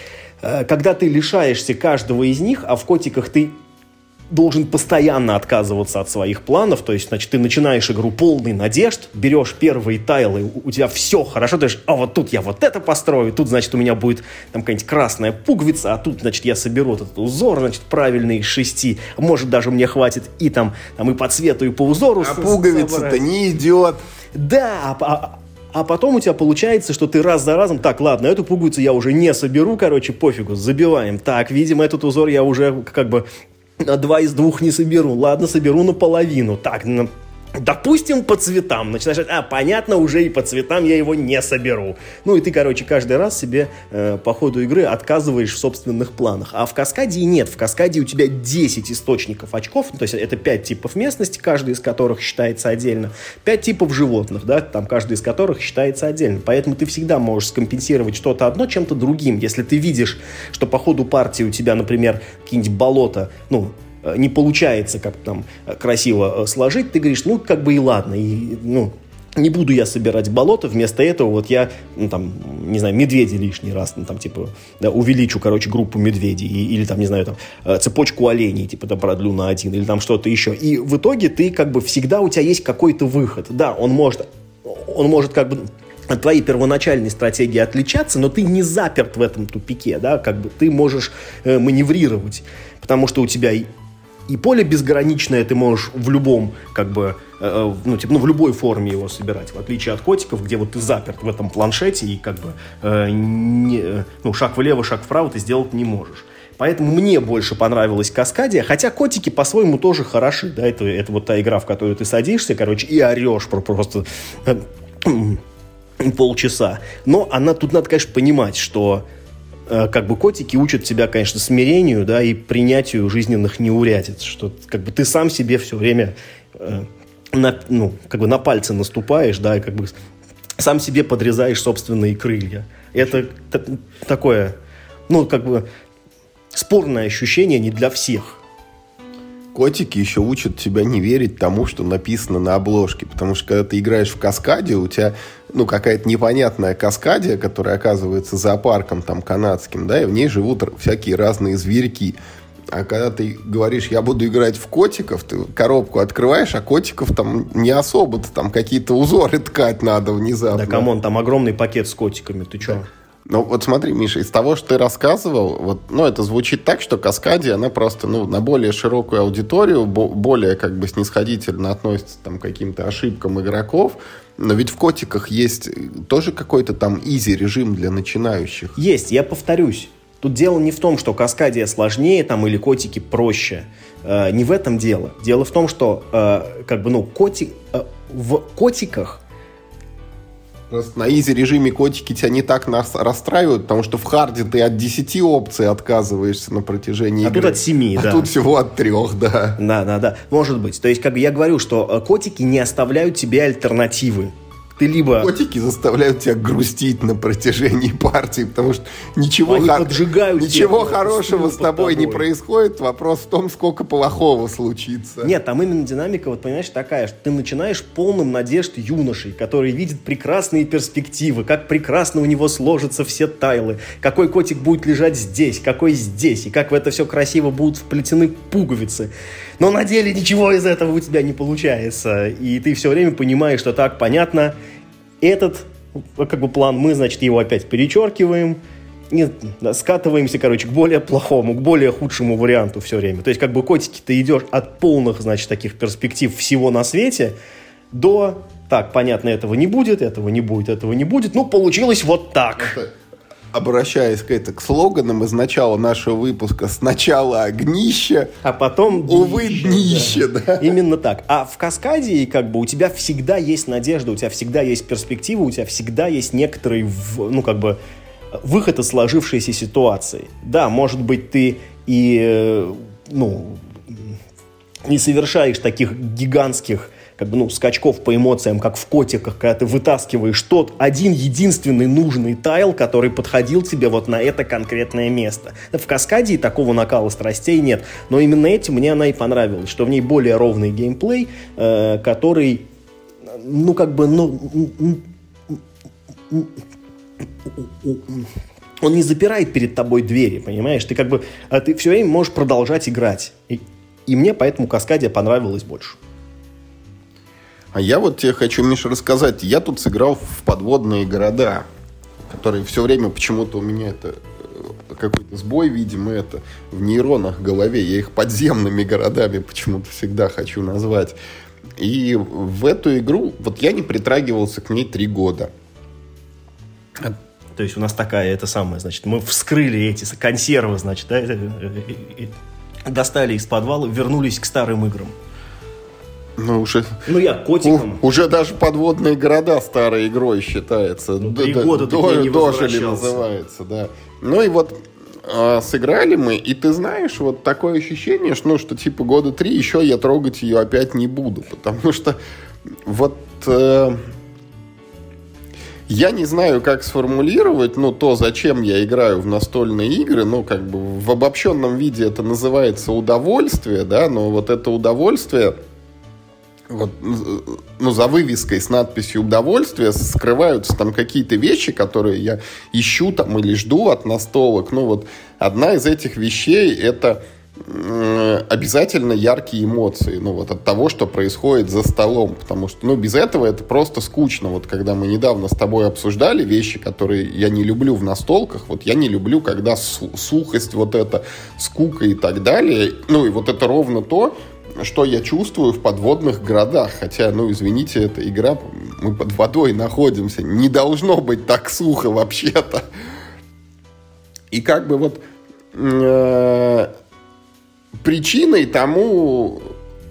э, когда ты лишаешься каждого из них, а в котиках ты должен постоянно отказываться от своих планов, то есть, значит, ты начинаешь игру полный надежд, берешь первые тайлы, у, у тебя все хорошо, ты говоришь, а вот тут я вот это построю, тут, значит, у меня будет там какая-нибудь красная пуговица, а тут, значит, я соберу этот узор, значит, правильный из шести, может, даже мне хватит и там, там и по цвету, и по узору. А пуговица-то не идет. Да, а, а потом у тебя получается, что ты раз за разом, так, ладно, эту пуговицу я уже не соберу, короче, пофигу, забиваем. Так, видимо, этот узор я уже как бы на два из двух не соберу. Ладно, соберу наполовину. Так, на... допустим, по цветам. Начинаешь, а, понятно, уже и по цветам я его не соберу. Ну, и ты, короче, каждый раз себе э, по ходу игры отказываешь в собственных планах. А в Каскадии нет. В Каскадии у тебя десять источников очков. То есть это пять типов местности, каждый из которых считается отдельно. пять типов животных, да, там каждый из которых считается отдельно. Поэтому ты всегда можешь скомпенсировать что-то одно чем-то другим. Если ты видишь, что по ходу партии у тебя, например, какие-нибудь болота, ну, не получается как там красиво сложить, ты говоришь, ну, как бы и ладно, и, ну, не буду я собирать болото, вместо этого вот я, ну, там, не знаю, медведей лишний раз, ну, там, типа, да, увеличу, короче, группу медведей, и, или, там, не знаю, там, цепочку оленей, типа, там, продлю на один, или там что-то еще, и в итоге ты, как бы, всегда у тебя есть какой-то выход, да, он может, он может, как бы, от твоей первоначальной стратегии отличаться, но ты не заперт в этом тупике, да, как бы, ты можешь э, маневрировать, потому что у тебя и И поле безграничное, ты можешь в любом, как бы, э, ну, типа, ну, в любой форме его собирать, в отличие от котиков, где вот ты заперт в этом планшете и, как бы, э, не, ну, шаг влево, шаг вправо ты сделать не можешь. Поэтому мне больше понравилась Каскадия, хотя котики по-своему тоже хороши, да, это, это вот та игра, в которую ты садишься, короче, и орешь просто э, полчаса. Но она, тут надо, конечно, понимать, что как бы котики учат тебя, конечно, смирению, да, и принятию жизненных неурядиц, что как бы ты сам себе все время э, на, ну, как бы на пальцы наступаешь, да, и как бы сам себе подрезаешь собственные крылья. Это т- такое, ну, как бы спорное ощущение не для всех. Котики еще учат тебя не верить тому, что написано на обложке. Потому что когда ты играешь в Каскадию, у тебя, ну, какая-то непонятная Каскадия, которая оказывается зоопарком там канадским, да, и в ней живут всякие разные зверьки. А когда ты говоришь, я буду играть в котиков, ты коробку открываешь, а котиков там не особо-то, там какие-то узоры ткать надо внезапно. Да, камон, там огромный пакет с котиками, ты че? Ну, вот смотри, Миша, из того, что ты рассказывал, вот, ну, это звучит так, что Каскадия, она просто, ну, на более широкую аудиторию, бо- более, как бы, снисходительно относится, там, к каким-то ошибкам игроков, но ведь в котиках есть тоже какой-то там изи-режим для начинающих. Есть, я повторюсь. Тут дело не в том, что Каскадия сложнее, там, или котики проще. Э, не в этом дело. Дело в том, что, э, как бы, ну, коти... э, в котиках Просто на изи-режиме котики тебя не так нас расстраивают, потому что в харде ты от десяти опций отказываешься на протяжении а игры. тут от семи, а да. А тут всего от трех, да. Да, да, да. Может быть. То есть, как бы я говорю, что котики не оставляют тебе альтернативы. Ты либо... Котики заставляют тебя грустить на протяжении партии, потому что ничего, Они хор... поджигают ничего тебя, хорошего с тобой, тобой не происходит. Вопрос в том, сколько плохого случится. Нет, там именно динамика, вот понимаешь, такая, что ты начинаешь полным надежд юношей, который видит прекрасные перспективы, как прекрасно у него сложатся все тайлы, какой котик будет лежать здесь, какой здесь, и как в это все красиво будут вплетены пуговицы. Но на деле ничего из этого у тебя не получается, и ты все время понимаешь, что так, понятно, этот, как бы, план, мы, значит, его опять перечеркиваем, и да, скатываемся, короче, к более плохому, к более худшему варианту все время. То есть, как бы, котики, ты идешь от полных, значит, таких перспектив всего на свете до, так, понятно, этого не будет, этого не будет, этого не будет, ну, получилось вот так. Это, обращаясь к, это, к слоганам из начала нашего выпуска, сначала огнище, а потом увы, днище, да. да. Именно так. А в Каскадии, как бы, у тебя всегда есть надежда, у тебя всегда есть перспектива, у тебя всегда есть некоторый, ну, как бы, выход из сложившейся ситуации. Да, может быть, ты и, ну, не совершаешь таких гигантских, как бы, ну, скачков по эмоциям, как в котиках, когда ты вытаскиваешь тот один единственный нужный тайл, который подходил тебе вот на это конкретное место. В Каскадии такого накала страстей нет, но именно этим мне она и понравилась, что в ней более ровный геймплей, э, который, ну, как бы, ну... он не запирает перед тобой двери, понимаешь? Ты, как бы, ты все время можешь продолжать играть. И, и мне поэтому Каскадия понравилась больше. А я вот тебе хочу, Миша, рассказать. Я тут сыграл в подводные города, которые все время почему-то у меня это какой-то сбой, видимо, это в нейронах в голове. Я их подземными городами почему-то всегда хочу назвать. И в эту игру, вот я не притрагивался к ней три года. То есть у нас такая, это самое, значит, мы вскрыли эти консервы, значит, да, достали из подвала, вернулись к старым играм. Ну, уже, ну, я котиком. У, уже даже подводные города старой игрой считается. Ну, три Д- года до, ты не дожили называется, да. Ну и вот э, сыграли мы, и ты знаешь, вот такое ощущение, что, ну, что типа года три еще я трогать ее опять не буду, потому что вот э, я не знаю, как сформулировать, ну, то, зачем я играю в настольные игры, ну, как бы в обобщенном виде это называется удовольствие, да, но вот это удовольствие... Вот, ну, за вывеской с надписью «Удовольствие» скрываются там какие-то вещи, которые я ищу там или жду от настолок. Ну, вот одна из этих вещей – это э, обязательно яркие эмоции, ну, вот от того, что происходит за столом. Потому что, ну, без этого это просто скучно. Вот когда мы недавно с тобой обсуждали вещи, которые я не люблю в настолках, вот я не люблю, когда су- сухость, вот эта скука и так далее. Ну, и вот это ровно то, что я чувствую в подводных городах. Хотя, ну, извините, это игра, мы под водой находимся. Не должно быть так сухо вообще-то. И как бы вот э, причиной тому,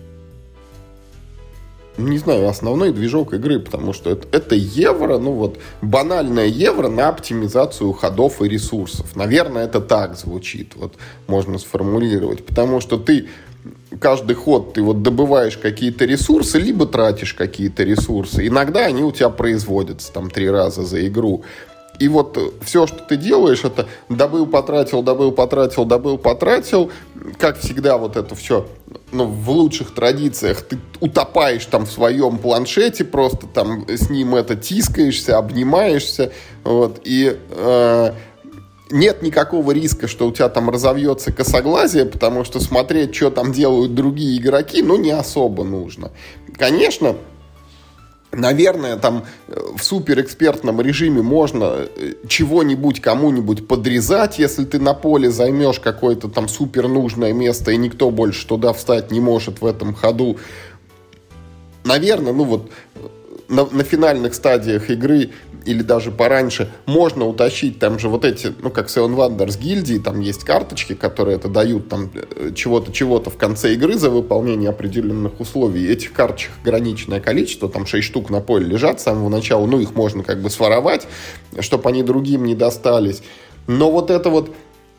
не знаю, основной движок игры, потому что это, это евро, ну вот банальное евро на оптимизацию ходов и ресурсов. Наверное, это так звучит, вот можно сформулировать. Потому что ты каждый ход ты вот добываешь какие-то ресурсы, либо тратишь какие-то ресурсы. Иногда они у тебя производятся там три раза за игру. И вот все, что ты делаешь, это добыл, потратил, добыл, потратил, добыл, потратил. Как всегда, вот это все, ну, в лучших традициях ты утопаешь там в своем планшете, просто там с ним это тискаешься, обнимаешься. Вот, и э, нет никакого риска, что у тебя там разовьется косоглазие, потому что смотреть, что там делают другие игроки, ну, не особо нужно. Конечно, Наверное, там в суперэкспертном режиме можно чего-нибудь кому-нибудь подрезать, если ты на поле займешь какое-то там супер нужное место, и никто больше туда встать не может в этом ходу. Наверное, ну вот на, на финальных стадиях игры или даже пораньше можно утащить там же вот эти, ну как Seven Wonders гильдии, там есть карточки, которые это дают там чего-то, чего-то в конце игры за выполнение определенных условий. Этих карточек ограниченное количество, там шесть штук на поле лежат с самого начала, ну их можно как бы своровать, чтобы они другим не достались. Но вот это вот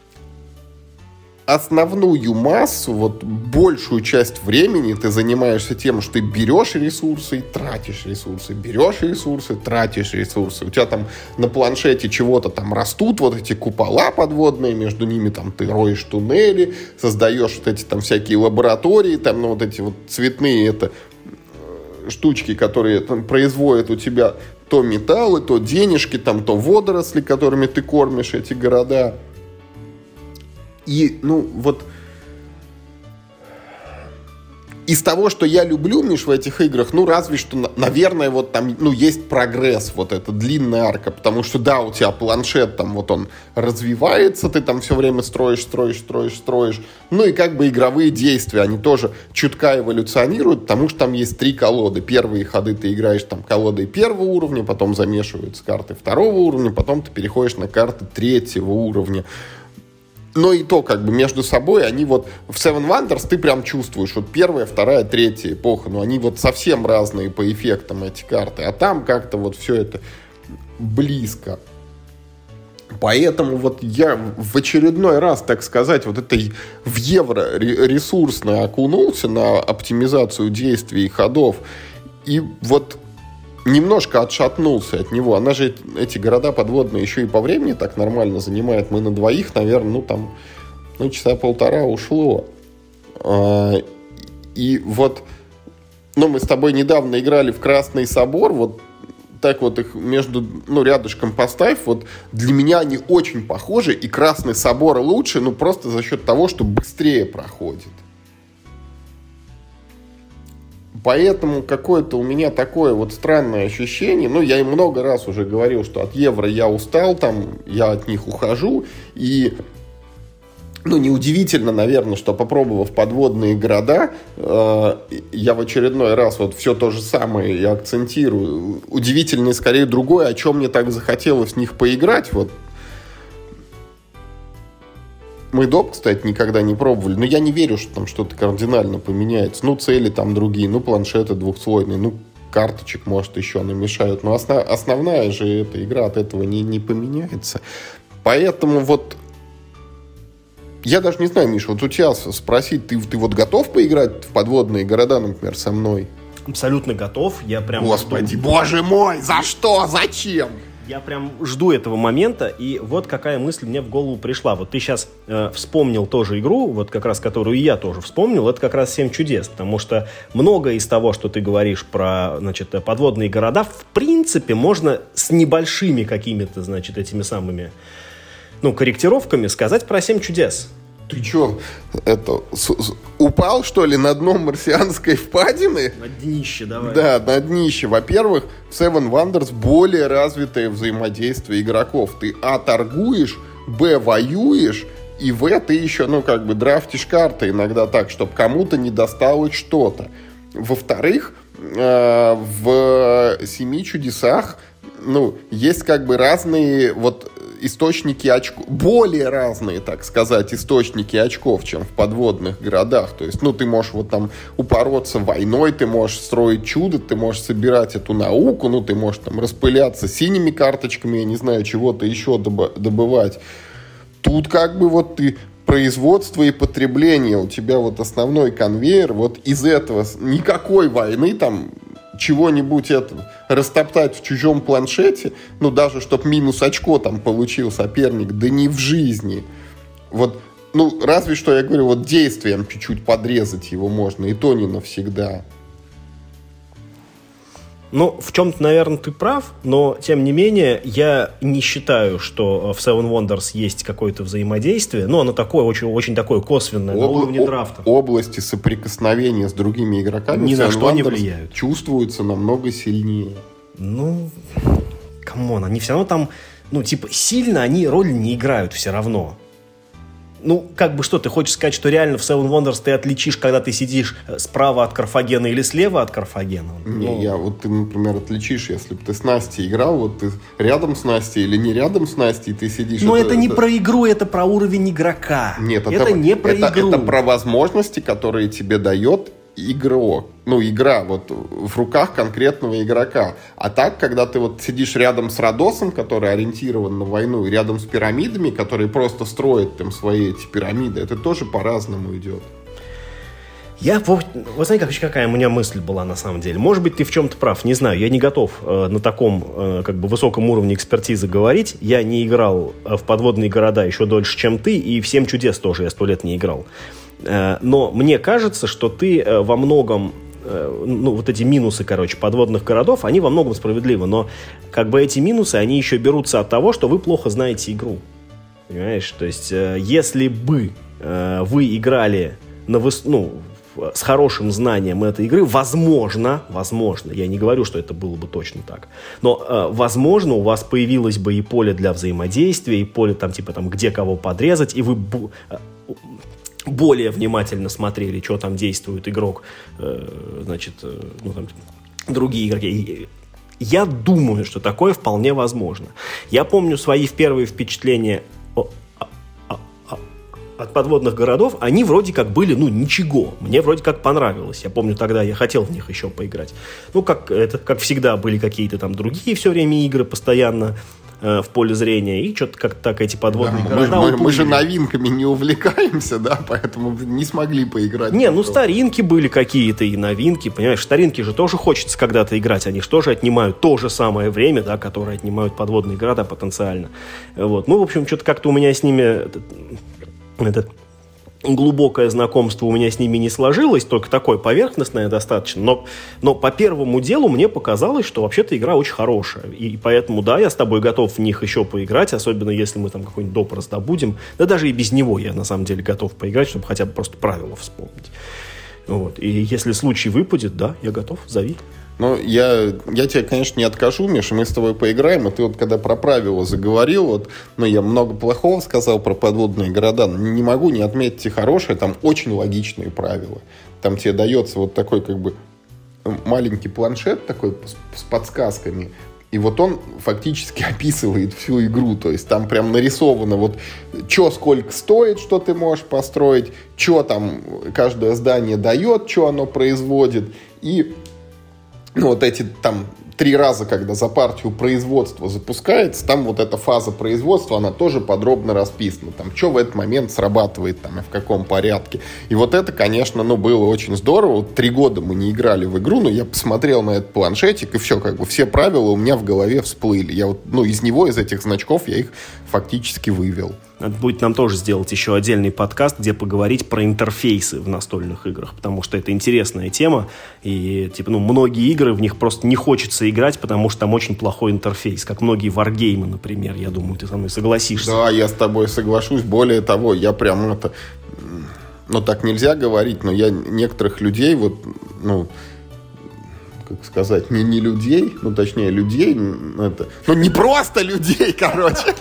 основную массу, вот большую часть времени ты занимаешься тем, что ты берешь ресурсы и тратишь ресурсы, берешь ресурсы, тратишь ресурсы. У тебя там на планшете чего-то там растут, вот эти купола подводные, между ними там ты роешь туннели, создаешь вот эти там всякие лаборатории, там, ну, вот эти вот цветные это штучки, которые там производят у тебя то металлы, то денежки, там, то водоросли, которыми ты кормишь эти города. И, ну, вот из того, что я люблю, Миш, в этих играх, ну, разве что, наверное, вот там, ну, есть прогресс, вот эта длинная арка, потому что, да, у тебя планшет, там, вот он развивается, ты там все время строишь, строишь, строишь, строишь, ну, и как бы игровые действия, они тоже чутка эволюционируют, потому что там есть три колоды. Первые ходы ты играешь там колодой первого уровня, потом замешиваются карты второго уровня, потом ты переходишь на карты третьего уровня. Но и то, как бы, между собой, они вот в Seven Wonders ты прям чувствуешь, вот первая, вторая, третья эпоха, но они вот совсем разные по эффектам, эти карты, а там как-то вот все это близко. Поэтому вот я в очередной раз, так сказать, вот этой в евро ресурсно окунулся на оптимизацию действий и ходов, и вот немножко отшатнулся от него. Она же, эти города подводные, еще и по времени так нормально занимает. Мы на двоих, наверное, ну там, ну часа полтора ушло. А, и вот, ну мы с тобой недавно играли в Красный Собор, вот так вот их между, ну рядышком поставь, вот для меня они очень похожи, и Красный Собор лучше, ну просто за счет того, что быстрее проходит. Поэтому какое-то у меня такое вот странное ощущение, ну, я им много раз уже говорил, что от евро я устал, там, я от них ухожу, и, ну, неудивительно, наверное, что, попробовав подводные города, э, я в очередной раз вот все то же самое и акцентирую. Удивительно, скорее, другое, о чем мне так захотелось в них поиграть, вот. Мы доп, кстати, никогда не пробовали, но я не верю, что там что-то кардинально поменяется. Ну, цели там другие, ну, планшеты двухслойные, ну, карточек, может, еще намешают. Но основ, основная же эта игра от этого не, не поменяется. Поэтому вот я даже не знаю, Миша, вот у тебя спросить, ты, ты вот готов поиграть в подводные города, например, со мной? Абсолютно готов. Я прям... Господи, жду... боже мой, за что, зачем? Я прям жду этого момента, и вот какая мысль мне в голову пришла. Вот ты сейчас э, вспомнил тоже игру, вот как раз которую я тоже вспомнил, это как раз «Семь чудес», потому что многое из того, что ты говоришь про, значит, подводные города, в принципе, можно с небольшими какими-то, значит, этими самыми, ну, корректировками сказать про «Семь чудес». Ты чё, это, с, с, упал, что ли, на дно марсианской впадины? На днище, давай. Да, на днище. Во-первых, в Seven Wonders более развитое взаимодействие игроков. Ты, а, торгуешь, б, воюешь, и в, ты еще, ну, как бы, драфтишь карты иногда так, чтобы кому-то не досталось что-то. Во-вторых, э, в Семи чудесах, ну, есть, как бы, разные, вот, источники очков, более разные, так сказать, источники очков, чем в подводных городах. То есть, ну, ты можешь вот там упороться войной, ты можешь строить чудо, ты можешь собирать эту науку, ну, ты можешь там распыляться синими карточками, я не знаю, чего-то еще добывать. Тут как бы вот ты производство и потребление, у тебя вот основной конвейер, вот из этого никакой войны там чего-нибудь это растоптать в чужом планшете, ну, даже чтобы минус очко там получил соперник, да не в жизни. Вот, ну, разве что, я говорю, вот действием чуть-чуть подрезать его можно, и то не навсегда. Ну, в чем-то, наверное, ты прав, но, тем не менее, я не считаю, что в Seven Wonders есть какое-то взаимодействие. Ну, оно такое, очень, очень такое косвенное, Обла- на уровне драфта. Области соприкосновения с другими игроками ни на что Wonders не влияют. Чувствуются намного сильнее. Ну, камон, они все равно там, ну, типа, сильно они роль не играют все равно. Ну, как бы что, ты хочешь сказать, что реально в Seven Wonders ты отличишь, когда ты сидишь справа от Карфагена или слева от Карфагена? Не, ну... я вот ты, например, отличишь, если бы ты с Настей играл, вот ты рядом с Настей или не рядом с Настей, ты сидишь... Но это, это не это... про игру, это про уровень игрока. Нет, это, это не про это, игру. Это про возможности, которые тебе дает игрок. Ну, игра вот в руках конкретного игрока. А так, когда ты вот сидишь рядом с Родосом, который ориентирован на войну, и рядом с пирамидами, которые просто строят там свои эти пирамиды, это тоже по-разному идет. Я, вы знаете, как, какая у меня мысль была на самом деле? Может быть, ты в чем-то прав, не знаю. Я не готов э, на таком э, как бы высоком уровне экспертизы говорить. Я не играл в подводные города еще дольше, чем ты, и в «Семь чудес» тоже я сто лет не играл. Э, но мне кажется, что ты э, во многом, э, ну, вот эти минусы, короче, подводных городов, они во многом справедливы. Но как бы эти минусы, они еще берутся от того, что вы плохо знаете игру. Понимаешь? То есть, э, если бы э, вы играли на выс... ну, с хорошим знанием этой игры, возможно, возможно, я не говорю, что это было бы точно так, но, э, возможно, у вас появилось бы и поле для взаимодействия, и поле там, типа, там, где кого подрезать, и вы б- более внимательно смотрели, что там действует игрок, э, значит, э, ну, там, другие игроки. Я думаю, что такое вполне возможно. Я помню свои первые впечатления от подводных городов, они вроде как были, ну, ничего. Мне вроде как понравилось. Я помню, тогда я хотел в них еще поиграть. Ну, как, это, как всегда, были какие-то там другие все время игры постоянно э, в поле зрения. И что-то как так эти подводные да, города мы, мы, мы же новинками не увлекаемся, да, поэтому не смогли поиграть. Не, ну, старинки были какие-то и новинки, понимаешь, старинки же тоже хочется когда-то играть. Они же тоже отнимают то же самое время, да, которое отнимают подводные города потенциально. Вот. Ну, в общем, что-то как-то у меня с ними... Это глубокое знакомство у меня с ними не сложилось, только такое поверхностное достаточно, но, но по первому делу мне показалось, что вообще-то игра очень хорошая, и поэтому, да, я с тобой готов в них еще поиграть, особенно если мы там какой-нибудь доп. Раздобудем, да даже и без него я на самом деле готов поиграть, чтобы хотя бы просто правила вспомнить. Вот. И если случай выпадет, да, я готов, зови. Ну, я, я тебе, конечно, не откажу, Миша, мы с тобой поиграем, и ты вот когда про правила заговорил, вот, ну, я много плохого сказал про подводные города, но не могу не отметить и хорошее, там очень логичные правила. Там тебе дается вот такой, как бы, маленький планшет такой с, с подсказками, и вот он фактически описывает всю игру, то есть там прям нарисовано вот, что сколько стоит, что ты можешь построить, что там каждое здание дает, что оно производит, и... Ну, вот эти там три раза, когда за партию производства запускается, там вот эта фаза производства, она тоже подробно расписана. Там, что в этот момент срабатывает, там, и в каком порядке. И вот это, конечно, ну, было очень здорово. Вот три года мы не играли в игру, но я посмотрел на этот планшетик, и все, как бы, все правила у меня в голове всплыли. Я вот, ну, из него, из этих значков, я их фактически вывел. Надо будет нам тоже сделать еще отдельный подкаст, где поговорить про интерфейсы в настольных играх, потому что это интересная тема, и типа, ну, многие игры, в них просто не хочется играть, потому что там очень плохой интерфейс, как многие варгеймы, например, я думаю, ты со мной согласишься. Да, я с тобой соглашусь, более того, я прям это, ну, так нельзя говорить, но я некоторых людей, вот, ну, как сказать, не, не людей, ну, точнее, людей, это, ну, не просто людей, короче,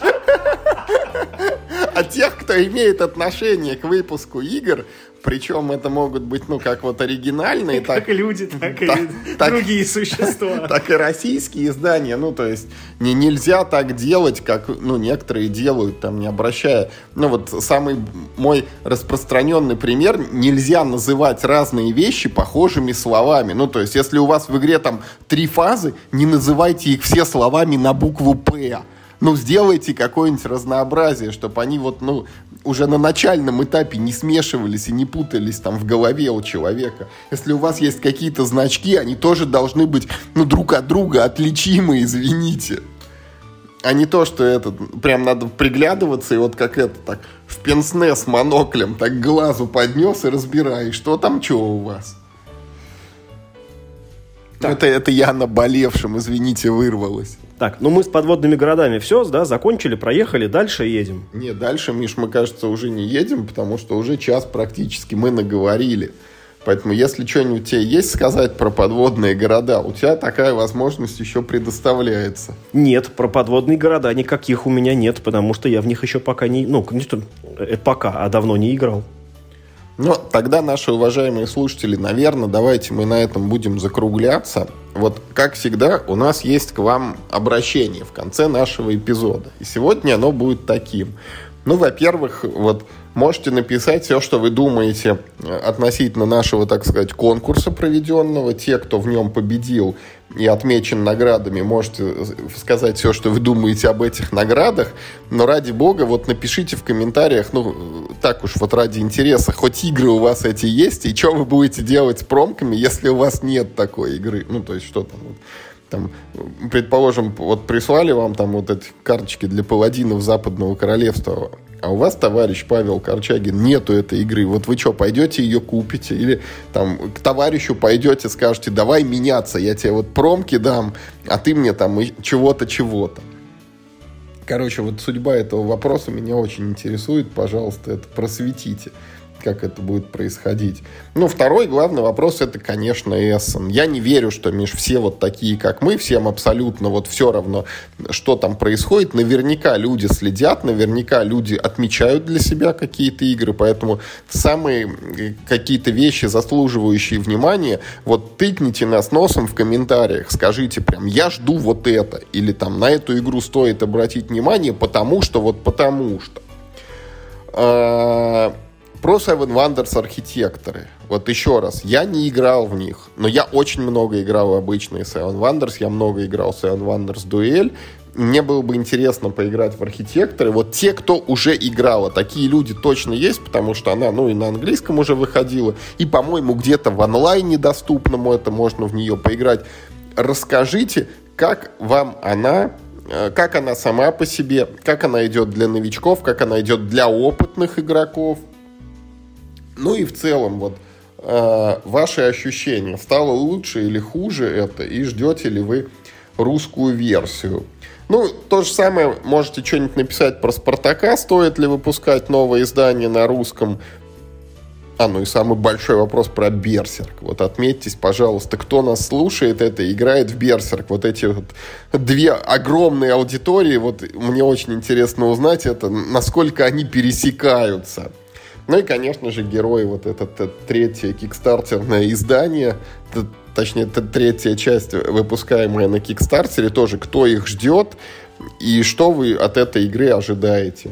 а тех, кто имеет отношение к выпуску игр, причем это могут быть, ну, как вот оригинальные, так, так и люди, так и так, другие существа. Так и российские издания, ну, то есть не, нельзя так делать, как, ну, некоторые делают, там, не обращая. Ну, вот самый мой распространенный пример, нельзя называть разные вещи похожими словами. Ну, то есть если у вас в игре там три фазы, не называйте их все словами на букву «П». Ну, сделайте какое-нибудь разнообразие, чтобы они вот, ну, уже на начальном этапе не смешивались и не путались там в голове у человека. Если у вас есть какие-то значки, они тоже должны быть, ну, друг от друга отличимы, извините. А не то, что это, прям надо приглядываться, и вот как это, так, в пенсне с моноклем, так глазу поднес и разбираешь, что там, что у вас. Это, это я наболевшим, извините, вырвалась. Так, ну мы с подводными городами все, да, закончили, проехали, дальше едем. Не, дальше, Миш, мы, кажется, уже не едем, потому что уже час практически мы наговорили. Поэтому, если что-нибудь тебе есть сказать про подводные города, у тебя такая возможность еще предоставляется. Нет, про подводные города никаких у меня нет, потому что я в них еще пока не... Ну, не что, пока, а давно не играл. Ну, тогда, наши уважаемые слушатели, наверное, давайте мы на этом будем закругляться. Вот, как всегда, у нас есть к вам обращение в конце нашего эпизода. И сегодня оно будет таким. Ну, во-первых, вот можете написать все, что вы думаете относительно нашего, так сказать, конкурса проведенного. Те, кто в нем победил и отмечен наградами, можете сказать все, что вы думаете об этих наградах. Но ради бога, вот напишите в комментариях, ну, так уж вот ради интереса, хоть игры у вас эти есть, и что вы будете делать с промками, если у вас нет такой игры. Ну, то есть, что там вот... Там, предположим, вот прислали вам там вот эти карточки для паладинов Западного Королевства, а у вас, товарищ Павел Корчагин, нету этой игры. Вот вы что, пойдете ее купите? Или там к товарищу пойдете, скажете, давай меняться, я тебе вот промки дам, а ты мне там чего-то, чего-то. Короче, вот судьба этого вопроса меня очень интересует. Пожалуйста, это просветите, как это будет происходить. Ну, второй главный вопрос, это, конечно, Эссен. Я не верю, что, Миш, все вот такие, как мы, всем абсолютно вот все равно, что там происходит. Наверняка люди следят, наверняка люди отмечают для себя какие-то игры, поэтому самые какие-то вещи, заслуживающие внимания, вот тыкните нас носом в комментариях, скажите прям, я жду вот это, или там на эту игру стоит обратить внимание, потому что, вот потому что. Про Seven Wonders архитекторы. Вот еще раз, я не играл в них, но я очень много играл в обычные Seven Wonders, я много играл в Seven Wonders Duel. Мне было бы интересно поиграть в архитекторы. Вот те, кто уже играл, а такие люди точно есть, потому что она, ну, и на английском уже выходила, и, по-моему, где-то в онлайне доступному это можно в нее поиграть. Расскажите, как вам она... Как она сама по себе, как она идет для новичков, как она идет для опытных игроков. Ну и в целом, вот, э, ваши ощущения. Стало лучше или хуже это? И ждете ли вы русскую версию? Ну, то же самое, можете что-нибудь написать про Спартака. Стоит ли выпускать новое издание на русском? А, ну и самый большой вопрос про Берсерк. Вот отметьтесь, пожалуйста, кто нас слушает, это играет в Берсерк. Вот эти вот две огромные аудитории, вот мне очень интересно узнать это, насколько они пересекаются. Ну и, конечно же, герои, вот это, это третье кикстартерное издание, это, точнее, это третья часть, выпускаемая на кикстартере, тоже кто их ждет и что вы от этой игры ожидаете.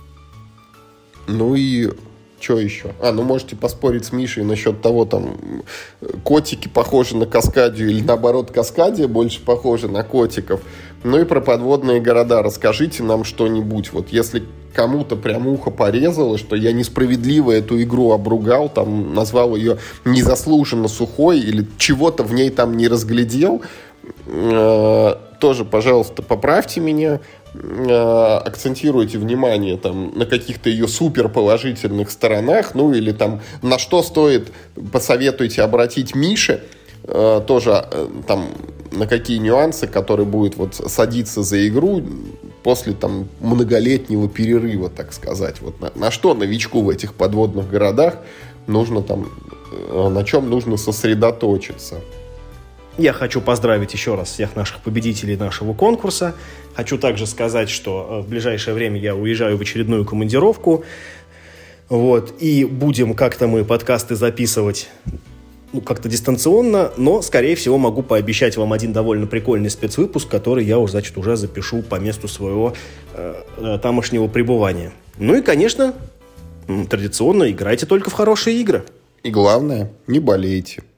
Ну и что еще? А, ну можете поспорить с Мишей насчет того, там, котики похожи на Каскадию или, наоборот, Каскадия больше похожа на котиков. Ну и про подводные города расскажите нам что-нибудь. Вот если кому-то прям ухо порезало, что я несправедливо эту игру обругал, там, назвал ее незаслуженно сухой или чего-то в ней там не разглядел, э, тоже, пожалуйста, поправьте меня, э, акцентируйте внимание там, на каких-то ее суперположительных сторонах, ну или там на что стоит, посоветуйте обратить Мише, э, тоже э, там на какие нюансы, которые будет вот садиться за игру после там многолетнего перерыва, так сказать. Вот на, на что новичку в этих подводных городах нужно там, на чем нужно сосредоточиться. Я хочу поздравить еще раз всех наших победителей нашего конкурса. Хочу также сказать, что в ближайшее время я уезжаю в очередную командировку. Вот, и будем как-то мы подкасты записывать, ну, как-то дистанционно, но, скорее всего, могу пообещать вам один довольно прикольный спецвыпуск, который я, значит, уже запишу по месту своего э, тамошнего пребывания. Ну и, конечно, традиционно играйте только в хорошие игры. И главное, не болейте.